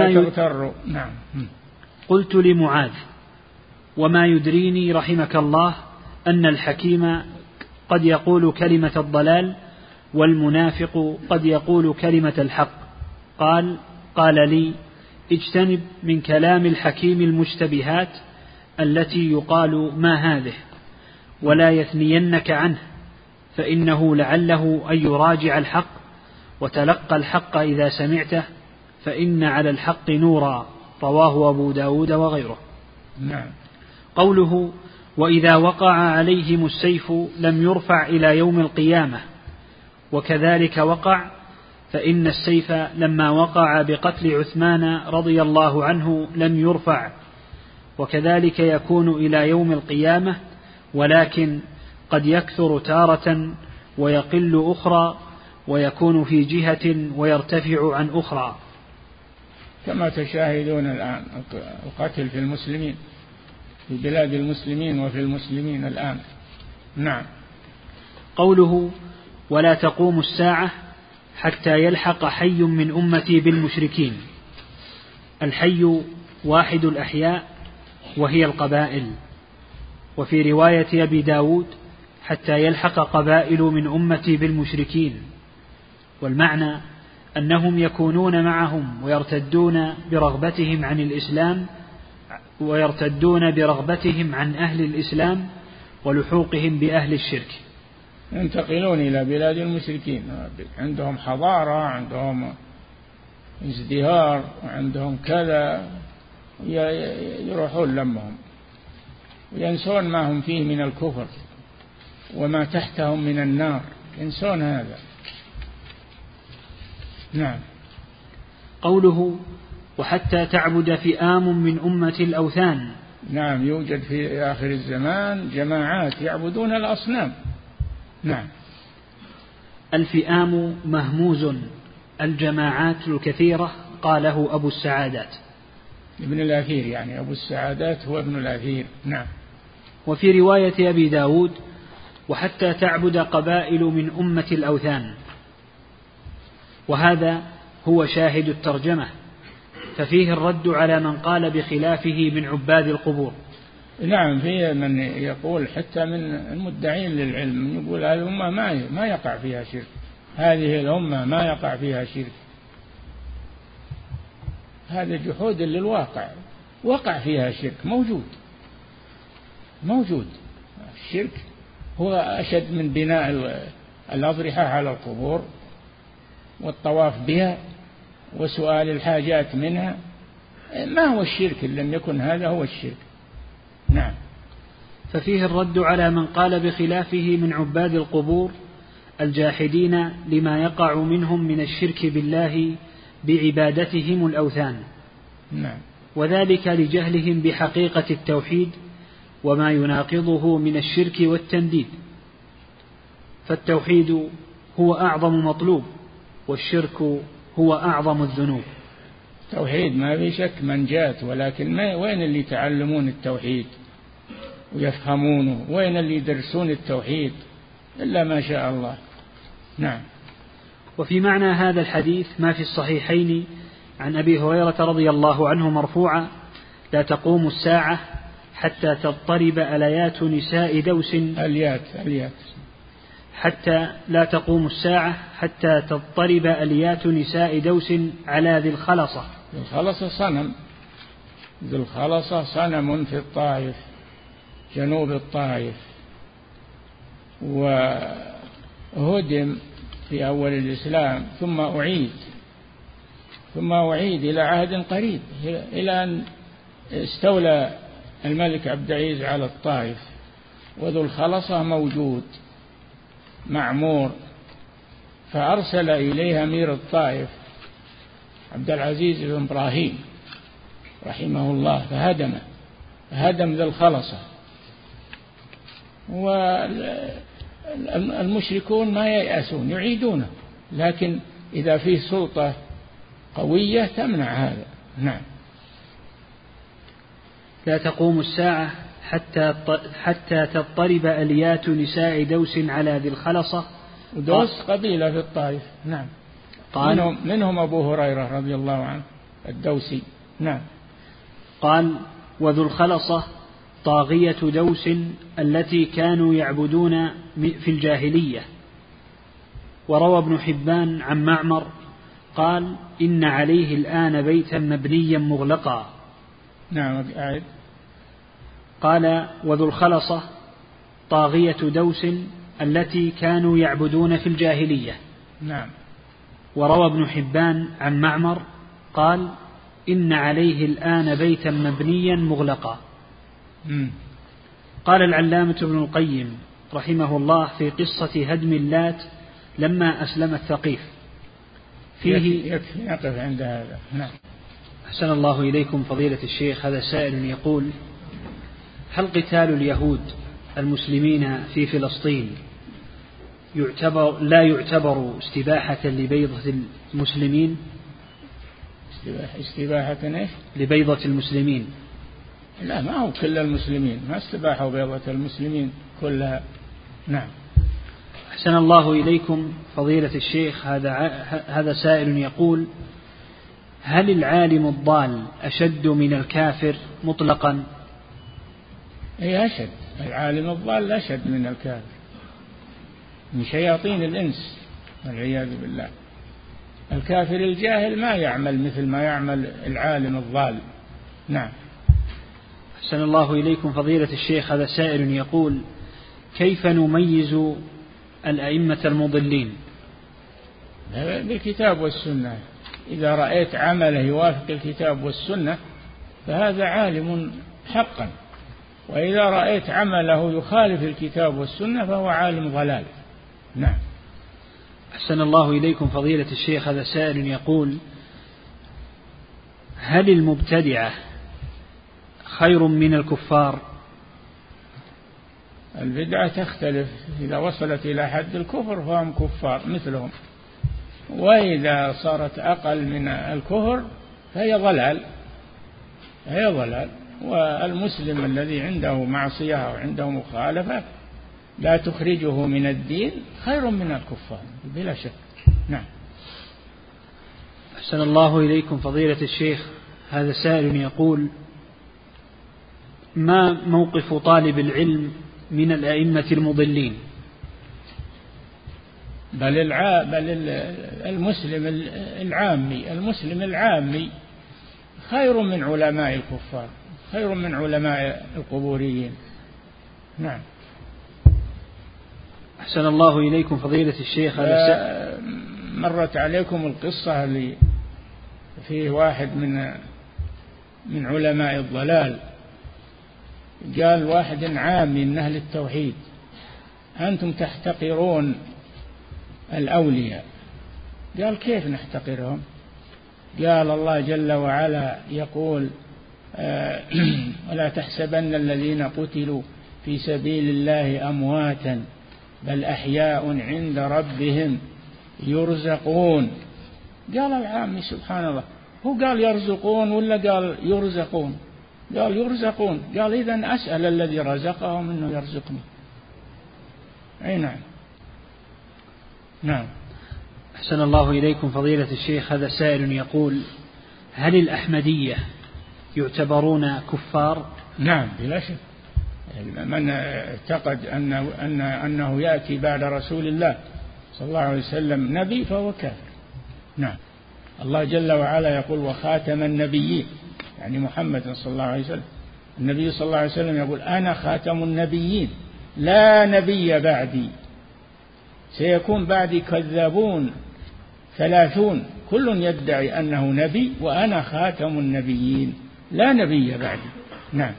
وما يدريني رحمك الله أن الحكيم قد يقول كلمة الضلال والمنافق قد يقول كلمة الحق. قال لي اجتنب من كلام الحكيم المشتبهات التي يقال ما هذه، ولا يثنينك عنه، فإنه لعله أن يراجع الحق، وتلقى الحق إذا سمعته، فإن على الحق نورا. رواه أبو داود وغيره. نعم. قوله وإذا وقع عليهم السيف لم يرفع إلى يوم القيامة، وكذلك وقع، فإن السيف لما وقع بقتل عثمان رضي الله عنه لم يرفع، وكذلك يكون إلى يوم القيامة، ولكن قد يكثر تارة ويقل أخرى، ويكون في جهة ويرتفع عن أخرى، كما تشاهدون الآن القتل في المسلمين في بلاد المسلمين وفي المسلمين الآن. نعم. قوله ولا تقوم الساعة حتى يلحق حي من أمتي بالمشركين. الحي واحد الأحياء وهي القبائل. وفي رواية أبي داود حتى يلحق قبائل من أمتي بالمشركين، والمعنى أنهم يكونون معهم ويرتدون برغبتهم عن الإسلام، ويرتدون برغبتهم عن أهل الإسلام ولحوقهم بأهل الشرك، ينتقلون إلى بلاد المشركين، عندهم حضارة، عندهم ازدهار، وعندهم كذا، يروحون لمهم وينسون ما هم فيه من الكفر وما تحتهم من النار، ينسون هذا. نعم. قوله وحتى تعبد فئام من أمة الأوثان. نعم، يوجد في آخر الزمان جماعات يعبدون الأصنام. نعم. الفئام مهموز، الجماعات الكثيرة. قاله أبو السعادات ابن الأثير، يعني أبو السعادات هو ابن الأثير. نعم. وفي رواية أبي داود وحتى تعبد قبائل من أمة الأوثان، وهذا هو شاهد الترجمة، ففيه الرد على من قال بخلافه من عباد القبور. نعم، فيه من يقول حتى من المدعين للعلم، من يقول هذه الأمة ما يقع فيها شرك، هذه الأمة ما يقع فيها شرك. هذا جحود للواقع، وقع فيها شرك موجود، موجود. الشرك هو أشد من بناء الأضرحة على القبور والطواف بها وسؤال الحاجات منها. ما هو الشرك إن لم يكن هذا هو الشرك. نعم. ففيه الرد على من قال بخلافه من عباد القبور الجاحدين لما يقع منهم من الشرك بالله بعبادتهم الأوثان. نعم. وذلك لجهلهم بحقيقة التوحيد وما يناقضه من الشرك والتنديد، فالتوحيد هو أعظم مطلوب والشرك هو أعظم الذنوب. توحيد ما في شك منجاة، ولكن وين اللي يتعلمون التوحيد ويفهمونه؟ وين اللي يدرسون التوحيد؟ إلا ما شاء الله. نعم. وفي معنى هذا الحديث ما في الصحيحين عن أبي هريرة رضي الله عنه مرفوعا: لا تقوم الساعة حتى تضطرب أليات نساء دوس حتى لا تقوم الساعة حتى تضطرب أليات نساء دوس على ذي الخلصة. ذي الخلصة صنم في الطائف، جنوب الطائف، وهدم في أول الإسلام ثم أعيد إلى عهد قريب، إلى أن استولى الملك عبد العزيز على الطائف، وذو الخلصة موجود معمور، فأرسل إليه أمير الطائف عبد العزيز بن إبراهيم رحمه الله فهدم ذا الخلصة. والمشركون ما ييأسون، يعيدونه، لكن إذا فيه سلطة قوية تمنع هذا. نعم. لا تقوم الساعة حتى تضطرب أليات نساء دوس على ذي الخلصة. دوس قبيلة في الطائف. نعم. منهم أبو هريرة رضي الله عنه الدوسي. نعم. قال: وذو الخلصة طاغية دوس التي كانوا يعبدون في الجاهلية. وروى ابن حبان عن معمر قال: إن عليه الآن بيتا مبنيا مغلقا. نعم. قال: وذو الخلصة طاغية دوس التي كانوا يعبدون في الجاهلية. نعم. وروى ابن حبان عن معمر قال: إن عليه الآن بيتا مبنيا مغلقا. قال العلامة ابن القيم رحمه الله في قصة هدم اللات لما أسلم الثقيف فيه. يكفي نقف عند هذا. نعم. أحسن الله إليكم فضيلة الشيخ. هذا سائل يقول: هل قتال اليهود المسلمين في فلسطين لا يعتبر استباحة لبيضة المسلمين؟ استباحة إيش؟ لبيضة المسلمين. لا، ما هو كل المسلمين، ما استباحوا بيضة المسلمين كلها. نعم. أحسن الله إليكم فضيلة الشيخ. هذا سائل يقول: هل العالم الضال أشد من الكافر مطلقا؟ أي أشد. العالم الضال أشد من الكافر، من شياطين الإنس والعياذ بالله. الكافر الجاهل ما يعمل مثل ما يعمل العالم الضال. نعم. أحسن الله إليكم فضيلة الشيخ. هذا سائل يقول: كيف نميز الأئمة المضلين؟ بالكتاب والسنة. إذا رأيت عمله يوافق الكتاب والسنة فهذا عالم حقا، وإذا رأيت عمله يخالف الكتاب والسنة فهو عالم ضلال. نعم. أحسن الله إليكم فضيلة الشيخ. هذا سائل يقول: هل المبتدعة خير من الكفار؟ البدعة تختلف، إذا وصلت إلى حد الكفر فهم كفار مثلهم، وإذا صارت أقل من الكفر فهي ضلال. والمسلم الذي عنده معصية وعنده مخالفة لا تخرجه من الدين خير من الكفار بلا شك. نعم. أحسن الله إليكم فضيلة الشيخ. هذا سائل يقول: ما موقف طالب العلم من الأئمة المضلين؟ بل المسلم العامي خير من علماء الكفار، خير من علماء القبوريين. نعم. أحسن الله إليكم فضيلة الشيخ. مرت عليكم القصة اللي فيه واحد من علماء الضلال قال واحد عامي من أهل التوحيد: أنتم تحتقرون الأولياء. قال: كيف نحتقرهم؟ قال: الله جل وعلا يقول: ولا تحسبن الذين قتلوا في سبيل الله أمواتا بل أحياء عند ربهم يرزقون. قال العامي: سبحان الله، هو قال يرزقون ولا قال يرزقون؟ قال يرزقون. قال: إذن أسأل الذي رزقهم أنه يرزقني. أي نعم. نعم. أحسن الله إليكم فضيلة الشيخ. هذا سائل يقول: هل الأحمدية يعتبرون كفار؟ نعم بلا شك. من اعتقد أنه يأتي بعد رسول الله صلى الله عليه وسلم نبي فهو كافر. نعم. الله جل وعلا يقول: وخاتم النبيين، يعني محمد صلى الله عليه وسلم. النبي صلى الله عليه وسلم يقول: أنا خاتم النبيين لا نبي بعدي، سيكون بعدي كذابون 30 كل يدعي أنه نبي وأنا خاتم النبيين لا نبي بعدي. نعم.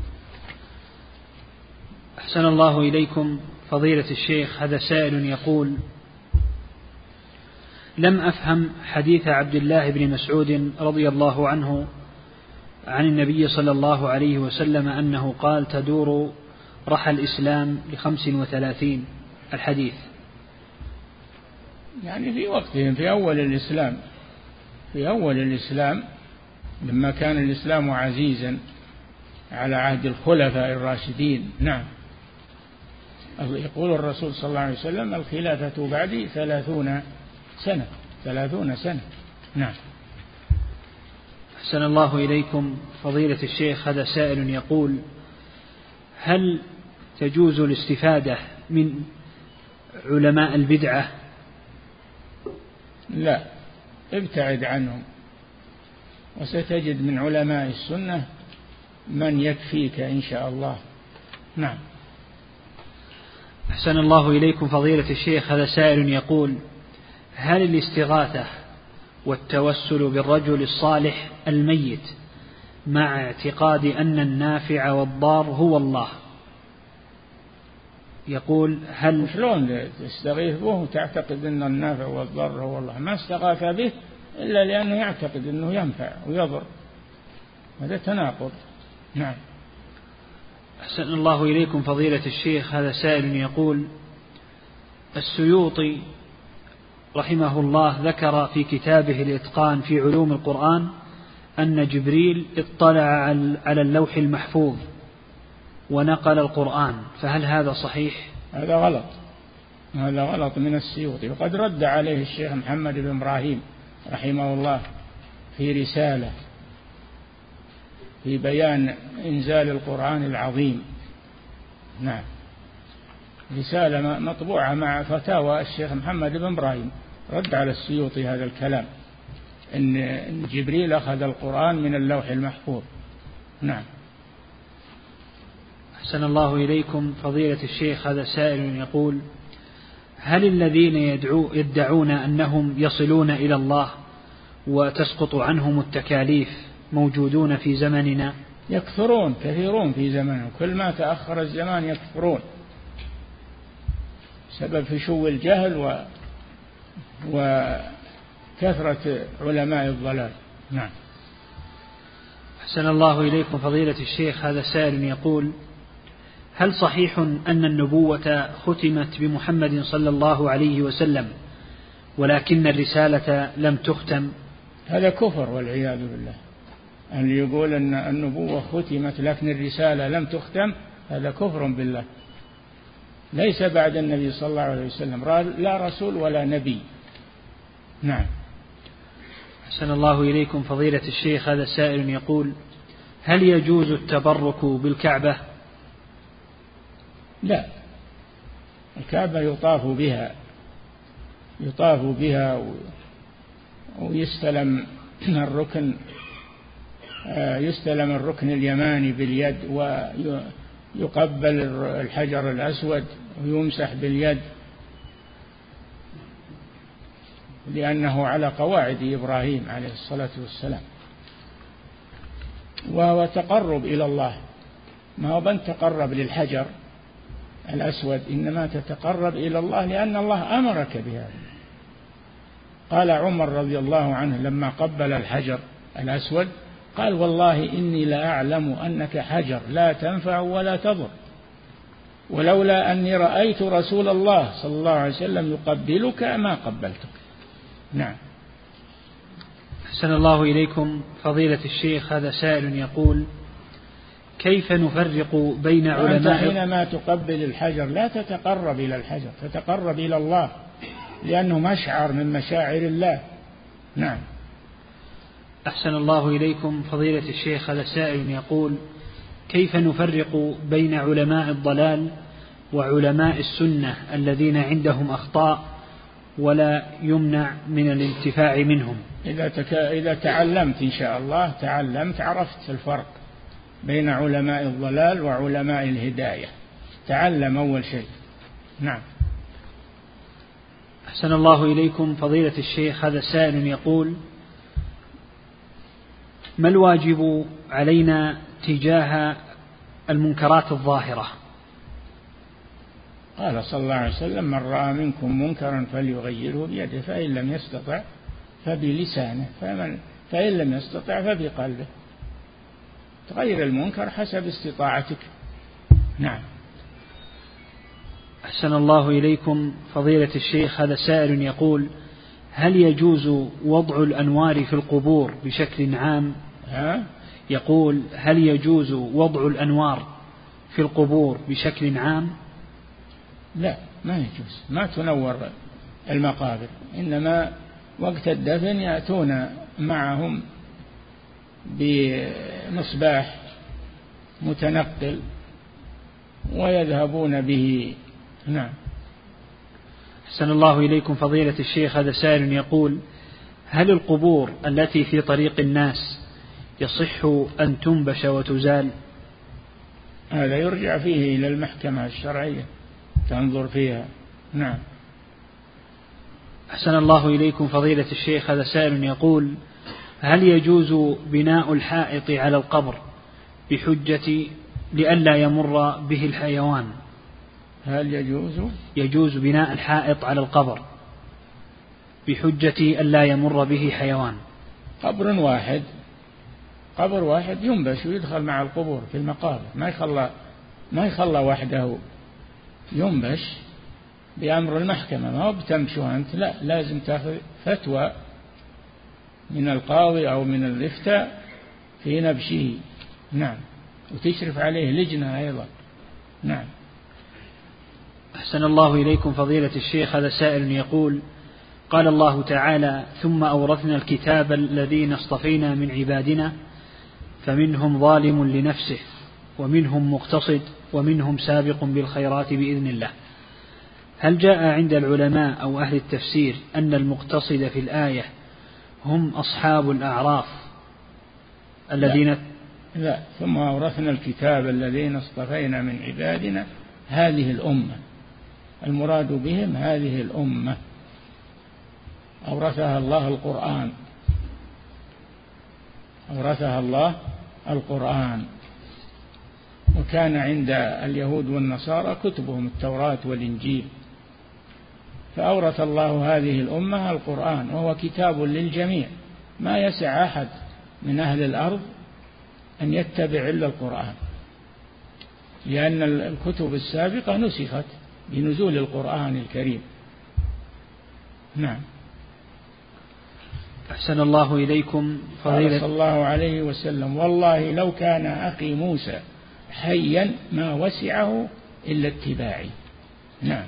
أحسن الله إليكم فضيلة الشيخ. هذا سائل يقول: لم أفهم حديث عبد الله بن مسعود رضي الله عنه عن النبي صلى الله عليه وسلم أنه قال: تدور رحى الإسلام ل35 الحديث. يعني في وقتهم، في أول الإسلام لما كان الإسلام عزيزا على عهد الخلفاء الراشدين. نعم. يقول الرسول صلى الله عليه وسلم: الخلافة بعدي 30 سنة. نعم. أحسن الله إليكم فضيلة الشيخ. هذا سائل يقول: هل تجوز الاستفادة من علماء البدعة؟ لا، ابتعد عنهم، وستجد من علماء السنة من يكفيك إن شاء الله. نعم. أحسن الله إليكم فضيلة الشيخ. هذا سائل يقول: هل الاستغاثة والتوسل بالرجل الصالح الميت مع اعتقاد أن النافع والضار هو الله؟ يقول: هل شلون تستغيث به وتعتقد أن النافع والضار هو الله؟ ما استغاث به إلا لأنه يعتقد أنه ينفع ويضر، هذا تناقض. نعم. أحسن الله إليكم فضيلة الشيخ. هذا سائل يقول: السيوطي رحمه الله ذكر في كتابه الإتقان في علوم القرآن أن جبريل اطلع على اللوح المحفوظ ونقل القرآن، فهل هذا صحيح؟ هذا غلط من السيوطي، وقد رد عليه الشيخ محمد بن إبراهيم رحمه الله في رسالة في بيان إنزال القرآن العظيم. نعم. رسالة مطبوعة مع فتاوى الشيخ محمد بن إبراهيم، رد على السيوطي هذا الكلام، إن جبريل أخذ القرآن من اللوح المحفوظ. نعم. أحسن الله إليكم فضيلة الشيخ. هذا سائل يقول: هل الذين يدعون أنهم يصلون إلى الله وتسقط عنهم التكاليف موجودون في زمننا؟ يكثرون، كثيرون في زمننا، كل ما تأخر الزمان يكثرون، سبب فشو الجهل وكثرة علماء الضلال. نعم. أحسن الله إليكم فضيلة الشيخ. هذا سائل يقول: هل صحيح أن النبوة ختمت بمحمد صلى الله عليه وسلم ولكن الرسالة لم تختم؟ هذا كفر والعياذ بالله. أن يقول أن النبوة ختمت لكن الرسالة لم تختم، هذا كفر بالله. ليس بعد النبي صلى الله عليه وسلم لا رسول ولا نبي. نعم. أحسن الله إليكم فضيلة الشيخ. هذا سائل يقول: هل يجوز التبرك بالكعبة؟ لا، الكعبة يطاف بها ويستلم الركن اليماني باليد يقبل الحجر الأسود ويمسح باليد، لأنه على قواعد إبراهيم عليه الصلاة والسلام، وهو تقرب إلى الله، ما هو بن تقرب للحجر الأسود، إنما تتقرب إلى الله لأن الله أمرك بهذا. قال عمر رضي الله عنه لما قبل الحجر الأسود قال: والله إني لأعلم أنك حجر لا تنفع ولا تضر، ولولا أني رأيت رسول الله صلى الله عليه وسلم يقبلك ما قبلتك. نعم. أحسن الله إليكم فضيلة الشيخ، هذا سائل يقول: كيف نفرق بين علماء؟ أنت حينما تقبل الحجر لا تتقرب إلى الحجر، تتقرب إلى الله، لأنه مشعر من مشاعر الله. نعم. أحسن الله إليكم فضيلة الشيخ، هذا سائل يقول: كيف نفرق بين علماء الضلال وعلماء السنة الذين عندهم أخطاء ولا يمنع من الانتفاع منهم؟ إذا تعلمت إن شاء الله، تعلمت عرفت الفرق بين علماء الضلال وعلماء الهداية. تعلم أول شيء. نعم. أحسن الله إليكم فضيلة الشيخ، هذا سائل يقول: ما الواجب علينا تجاه المنكرات الظاهرة؟ قال صلى الله عليه وسلم: من رأى منكم منكرا فليغيره بيده، فإن لم يستطع فبلسانه، فإن لم يستطع فبقلبه. تغير المنكر حسب استطاعتك. نعم. أحسن الله إليكم فضيلة الشيخ، هذا سائل يقول: هل يجوز وضع الأنوار في القبور بشكل عام؟ يقول: هل يجوز وضع الأنوار في القبور بشكل عام؟ لا، ما يجوز، ما تنور المقابر، إنما وقت الدفن يأتون معهم بمصباح متنقل ويذهبون به. نعم. أحسن الله إليكم فضيلة الشيخ، هذا سائل يقول: هل القبور التي في طريق الناس يصح أن تنبش وتزال؟ هذا يرجع فيه إلى المحكمة الشرعية تنظر فيها. نعم. أحسن الله إليكم فضيلة الشيخ، هذا سائل يقول: هل يجوز بناء الحائط على القبر بحجة لئلا يمر به الحيوان؟ هل يجوز بناء الحائط على القبر بحجة ألا يمر به حيوان؟ قبر واحد ينبش ويدخل مع القبور في المقابر، ما يخلى وحده، ينبش بأمر المحكمة، ما هو بتمشوا أنت، لا، لازم تأخذ فتوى من القاضي أو من الإفتاء في نبشه. نعم. وتشرف عليه لجنة أيضا. نعم. أحسن الله إليكم فضيلة الشيخ، هذا سائل يقول: قال الله تعالى: ثم أورثنا الكتاب الذين اصطفينا من عبادنا فمنهم ظالم لنفسه ومنهم مقتصد ومنهم سابق بالخيرات بإذن الله. هل جاء عند العلماء أو أهل التفسير أن المقتصد في الآية هم أصحاب الأعراف الذين لا. ثم أورثنا الكتاب الذين اصطفينا من عبادنا، هذه الأمة، المراد بهم هذه الأمة أورثها الله القرآن. وكان عند اليهود والنصارى كتبهم التوراة والإنجيل، فأورث الله هذه الأمة القرآن، وهو كتاب للجميع، ما يسع أحد من أهل الأرض أن يتبع إلا القرآن، لأن الكتب السابقة نسخت بنزول القرآن الكريم. نعم. أحسن الله إليكم قال صلى الله عليه وسلم: والله لو كان أخي موسى حيا ما وسعه إلا اتباعي. نعم.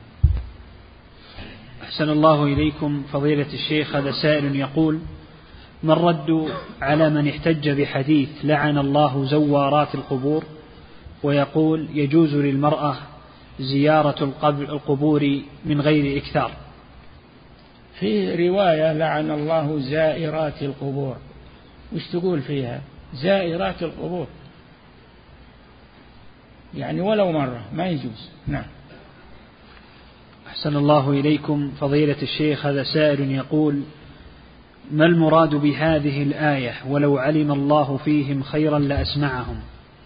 أحسن الله إليكم فضيلة الشيخ، هذا سائل يقول: ما الرد على من احتج بحديث لعن الله زوارات القبور، ويقول يجوز للمرأة زيارة القبور من غير إكثار؟ في رواية لعن الله زائرات القبور، وش تقول فيها؟ زائرات القبور، يعني ولو مرة ما يجوز. نعم. أحسن الله إليكم فضيلة الشيخ، هذا سائل يقول: ما المراد بهذه الآية ولو علم الله فيهم خيرا لأسمعهم؟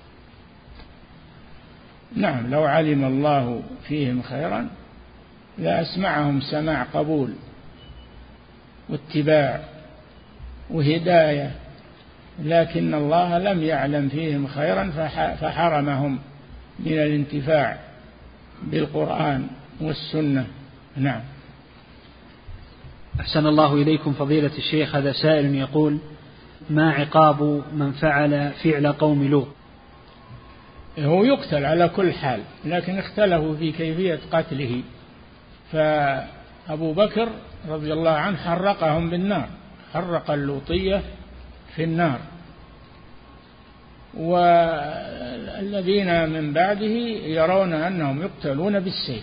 نعم، لو علم الله فيهم خيرا لأسمعهم سماع قبول واتباع وهداية، لكن الله لم يعلم فيهم خيرا فحرمهم من الانتفاع بالقرآن والسنة. نعم. أحسن الله إليكم فضيلة الشيخ، هذا سائل يقول: ما عقاب من فعل فعل قوم لوط؟ هو يقتل على كل حال، لكن اختلفوا في كيفية قتله، فأبو بكر رضي الله عنه حرقهم بالنار، حرق اللوطية في النار، والذين من بعده يرون أنهم يقتلون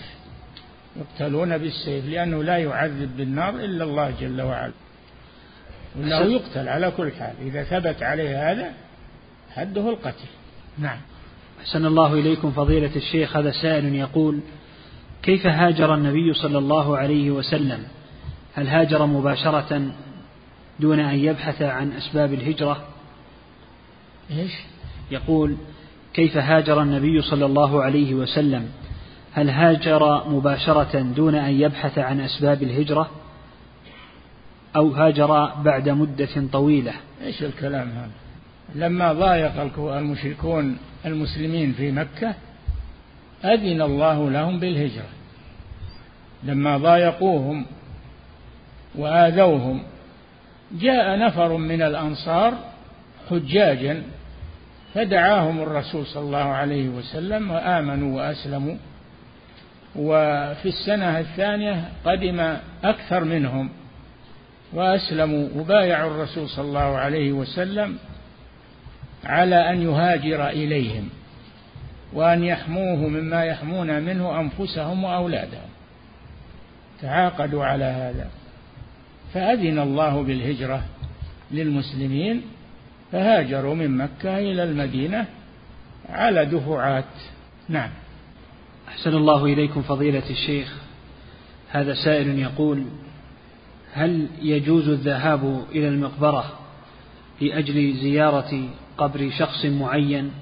بالسيف لأنه لا يعذب بالنار إلا الله جل وعلا، وأنه يقتل على كل حال إذا ثبت عليه هذا حده القتل. نعم. أحسن الله إليكم فضيلة الشيخ، هذا سائل يقول: كيف هاجر النبي صلى الله عليه وسلم؟ هل هاجر مباشرة دون أن يبحث عن أسباب الهجرة؟ إيش؟ يقول: كيف هاجر النبي صلى الله عليه وسلم؟ هل هاجر مباشرة دون أن يبحث عن أسباب الهجرة أو هاجر بعد مدة طويلة؟ إيش الكلام هذا؟ لما ضايق المشركون المسلمين في مكة أذن الله لهم بالهجرة، لما ضايقوهم وآذوهم جاء نفر من الأنصار حجاجا فدعاهم الرسول صلى الله عليه وسلم وآمنوا وأسلموا، وفي السنة الثانية قدم أكثر منهم وأسلموا وبايعوا الرسول صلى الله عليه وسلم على أن يهاجر إليهم وأن يحموه مما يحمون منه أنفسهم وأولادهم، تعاقدوا على هذا، فأذن الله بالهجرة للمسلمين فهاجروا من مكة إلى المدينة على دفعات. نعم. أحسن الله إليكم فضيلة الشيخ، هذا سائل يقول: هل يجوز الذهاب إلى المقبرة لأجل زيارة قبر شخص معين؟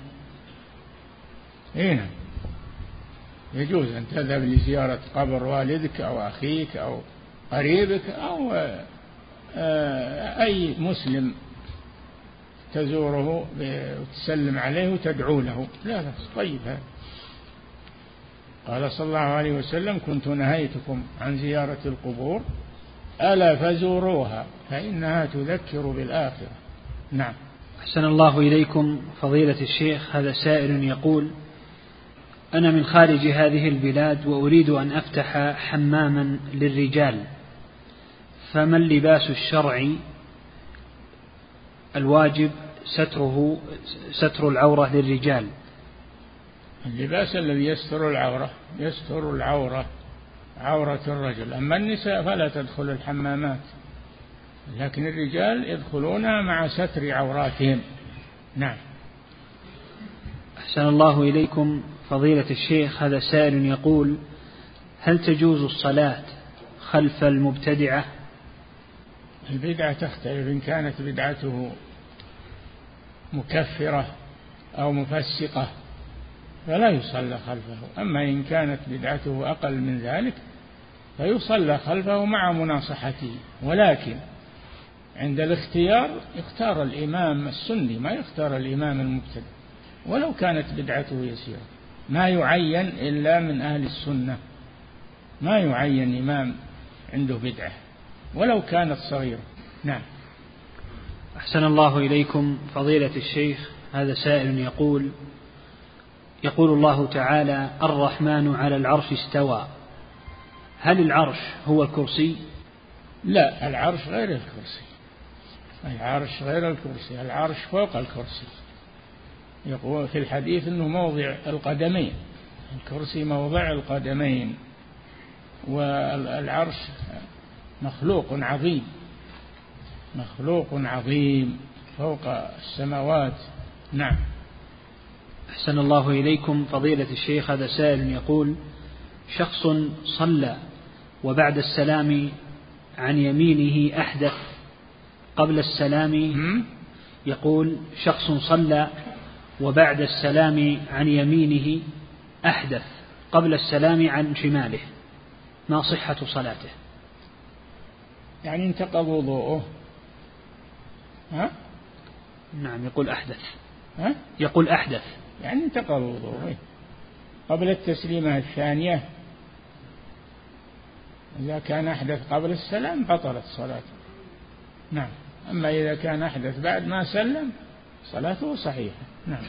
نعم، يجوز أن تذهب لزيارة قبر والدك أو أخيك أو قريبك أو أي مسلم تزوره وتسلم عليه وتدعو له، لا بأس، طيب هذا. قال صلى الله عليه وسلم: كنت نهيتكم عن زيارة القبور ألا فزوروها فإنها تذكر بالآخرة. نعم. أحسن الله إليكم فضيلة الشيخ، هذا سائل يقول: أنا من خارج هذه البلاد وأريد أن أفتح حماما للرجال، فما اللباس الشرعي الواجب ستر العورة للرجال؟ اللباس الذي يستر العورة عورة الرجل، أما النساء فلا تدخل الحمامات، لكن الرجال يدخلون مع ستر عوراتهم. نعم. أحسن الله إليكم فضيلة الشيخ، هذا سائل يقول: هل تجوز الصلاة خلف المبتدعة؟ البدعة تختلف، إن كانت بدعته مكفرة أو مفسقة فلا يصلى خلفه، أما إن كانت بدعته أقل من ذلك فيصلى خلفه مع مناصحته، ولكن عند الاختيار يختار الإمام السني ما يختار الإمام المبتدع، ولو كانت بدعته يسيرة، ما يعين إلا من أهل السنة، ما يعين إمام عنده بدعة ولو كانت صغيرة. نعم. أحسن الله إليكم فضيلة الشيخ، هذا سائل يقول الله تعالى: الرحمن على العرش استوى، هل العرش هو الكرسي؟ لا، العرش غير الكرسي، العرش غير الكرسي، العرش فوق الكرسي، يقول في الحديث أنه موضع القدمين، الكرسي موضع القدمين، والعرش مخلوق عظيم، مخلوق عظيم فوق السماوات. نعم. أحسن الله إليكم فضيلة الشيخ. هذا سائل يقول: شخص صلى وبعد السلام عن يمينه أحدث قبل السلام. يقول: شخص صلى وبعد السلام عن يمينه أحدث قبل السلام عن شماله، ما صحة صلاته؟ يعني انتقض وضوءه. نعم، يقول أحدث. يقول أحدث يعني انتقض وضوءه قبل التسليمة الثانية. إذا كان أحدث قبل السلام بطلت صلاته. نعم. أما إذا كان أحدث بعد ما سلم صلاته صحيحة. نعم.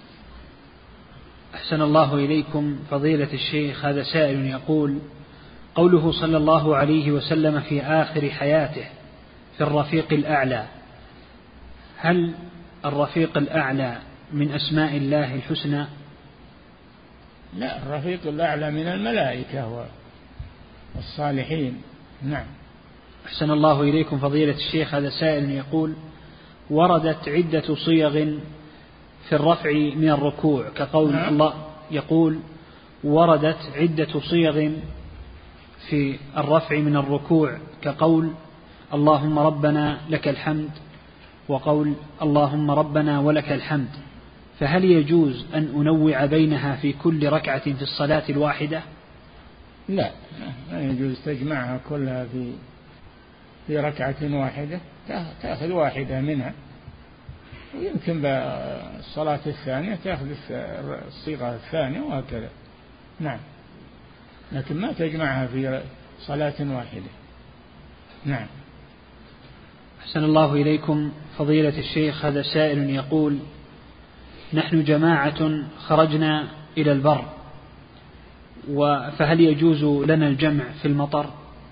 أحسن الله إليكم فضيلة الشيخ. هذا سائل يقول: قوله صلى الله عليه وسلم في آخر حياته في الرفيق الأعلى، هل الرفيق الأعلى من أسماء الله الحسنى؟ لا، الرفيق الأعلى من الملائكة والصالحين. نعم. أحسن الله إليكم فضيلة الشيخ. هذا سائل يقول: وردت عدة صيغ في الرفع من الركوع كقول الله. يقول: وردت عدة صيغ في الرفع من الركوع كقول اللهم ربنا لك الحمد، وقول اللهم ربنا ولك الحمد، فهل يجوز أن أنوع بينها في كل ركعة في الصلاة الواحدة؟ لا، لا يجوز تجمعها كلها في ركعة واحدة. تأخذ واحدة منها، ويمكن بالصلاة الثانية تأخذ الصيغة الثانية وهكذا. نعم، لكن ما تجمعها في صلاة واحدة. نعم. أحسن الله إليكم فضيلة الشيخ. هذا سائل يقول: نحن جماعة خرجنا إلى البر، فهل يجوز لنا الجمع في المطر؟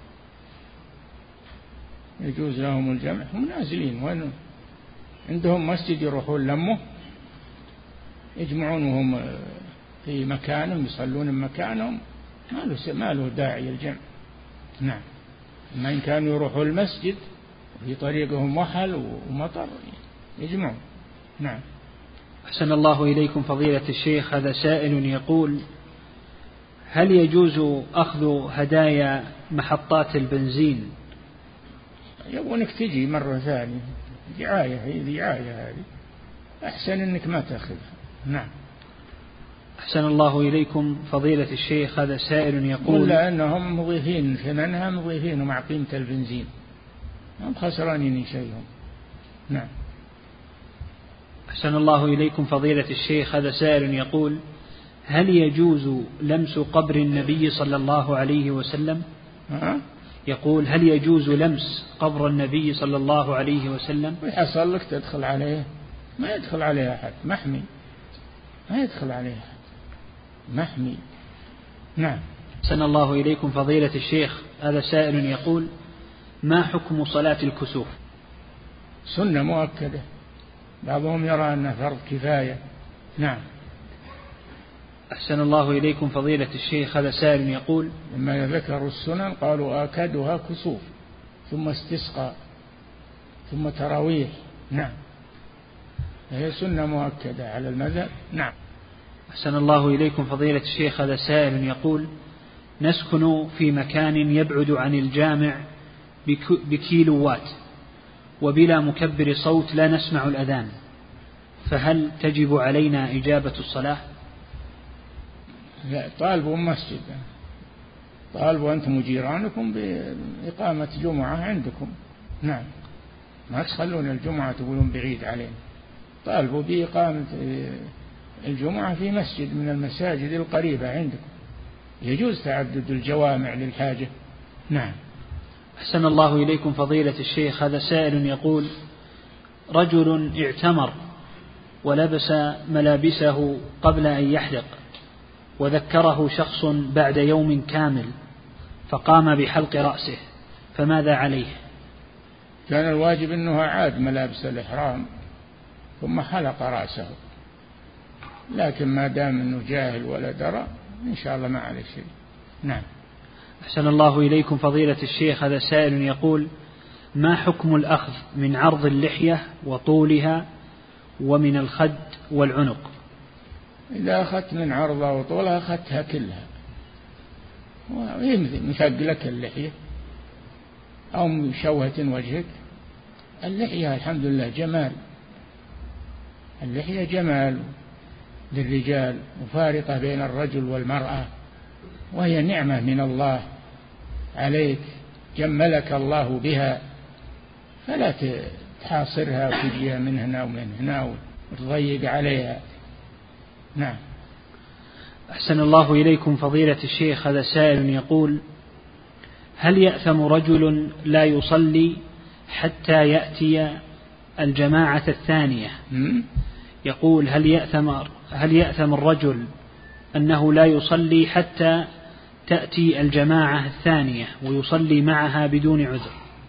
يجوز لهم الجمع، هم نازلين وين عندهم مسجد يروحون لمه يجمعون وهم في مكانهم يصلون بمكانهم، ما له داعي الجمع. نعم. ما إن كانوا يروحوا المسجد في طريقهم وحل ومطر يجمعون. نعم. أحسن الله إليكم فضيلة الشيخ. هذا سائل يقول: هل يجوز أخذ هدايا محطات البنزين؟ يبغونك تجي مرة ثانية، دعاية هذه أحسن إنك ما تأخذها. نعم. أحسن الله إليكم فضيلة الشيخ. هذا سائل يقول: ولا أنهم مضيفين ثمنها، مضيفين مع قيمة البنزين، هم خسرانين شيئهم. نعم. أحسن الله إليكم فضيلة الشيخ. هذا سائل يقول: هل يجوز لمس قبر النبي صلى الله عليه وسلم؟ يقول: هل يجوز لمس قبر النبي صلى الله عليه وسلم؟ ويحصل لك تدخل عليه؟ ما يدخل عليه أحد، محمي، ما يدخل عليه أحد، محمي. نعم. أحسن الله إليكم فضيلة الشيخ. هذا سائل يقول: ما حكم صلاة الكسوف؟ سنة مؤكدة، بعضهم يرى أنها فرض كفاية. نعم. أحسن الله إليكم فضيلة الشيخ. هذا سائل يقول: لما ذكروا السنن قالوا آكدها كسوف، ثم استسقى، ثم تراويح. نعم، هي سنة مؤكدة على المذهب. نعم. أحسن الله إليكم فضيلة الشيخ. هذا سائل يقول: نسكن في مكان يبعد عن الجامع بكيلوات وبلا مكبر صوت لا نسمع الأذان، فهل تجب علينا إجابة الصلاة؟ لا، طالبوا مسجد، طالبوا أنتم وجيرانكم بإقامة جمعة عندكم. نعم، ما تخلون الجمعة تقولون بعيد علينا، طالبوا بإقامة الجمعة في مسجد من المساجد القريبة عندكم، يجوز تعدد الجوامع للحاجة. نعم. أحسن الله إليكم فضيلة الشيخ. هذا سائل يقول: رجل اعتمر ولبس ملابسه قبل أن يحلق، وذكره شخص بعد يوم كامل فقام بحلق رأسه، فماذا عليه؟ كان الواجب أنه عاد ملابس الإحرام ثم حلق رأسه، لكن ما دام أنه جاهل ولا درى إن شاء الله ما عليه شيء. نعم. أحسن الله إليكم فضيلة الشيخ. هذا سائل يقول: ما حكم الأخذ من عرض اللحية وطولها ومن الخد والعنق؟ إذا أخذت من عرضها وطولها أخذتها كلها، مثقل لك اللحية أو مشوهة وجهك. اللحية الحمد لله جمال، اللحية جمال للرجال وفارقة بين الرجل والمرأة، وهي نعمة من الله عليك، جملك الله بها، فلا تحاصرها وتجيها من هنا ومن هنا وتضيق عليها. نعم. أحسن الله إليكم فضيلة الشيخ، هذا سائل يقول: هل يأثم رجل لا يصلي حتى يأتي الجماعة الثانية؟ يقول: هل يأثم الرجل أنه لا يصلي حتى تأتي الجماعة الثانية ويصلي معها بدون عذر؟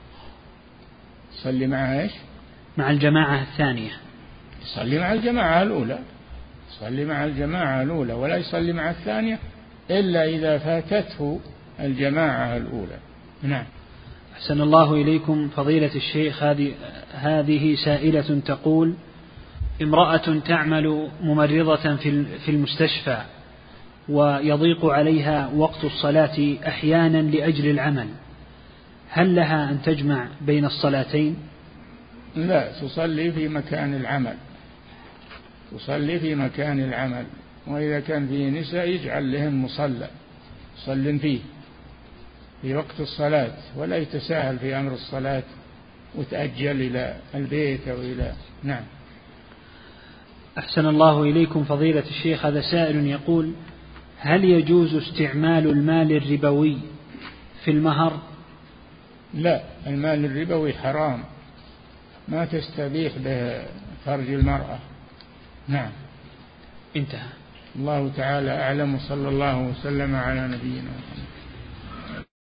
يصلي معها إيش؟ مع الجماعة الثانية. يصلي مع الجماعة الأولى، يصلي مع الجماعة الأولى، ولا يصلي مع الثانية إلا إذا فاتته الجماعة الأولى. نعم. أحسن الله إليكم فضيلة الشيخ، هذه سائلة تقول: امرأة تعمل ممرضة في المستشفى، ويضيق عليها وقت الصلاة أحيانا لأجل العمل، هل لها أن تجمع بين الصلاتين؟ لا، تصلي في مكان العمل، تصلي في مكان العمل، وإذا كان فيه نساء يجعل لهم مصلى يصلين فيه في وقت الصلاة، ولا يتساهل في أمر الصلاة وتأجل إلى البيت أو إلى. نعم. أحسن الله إليكم فضيلة الشيخ، هذا سائل يقول: هل يجوز استعمال المال الربوي في المهر؟ لا، المال الربوي حرام، ما تستبيح به فرج المرأة. نعم. انتهى. الله تعالى أعلم، صلى الله وسلم على نبينا محمد.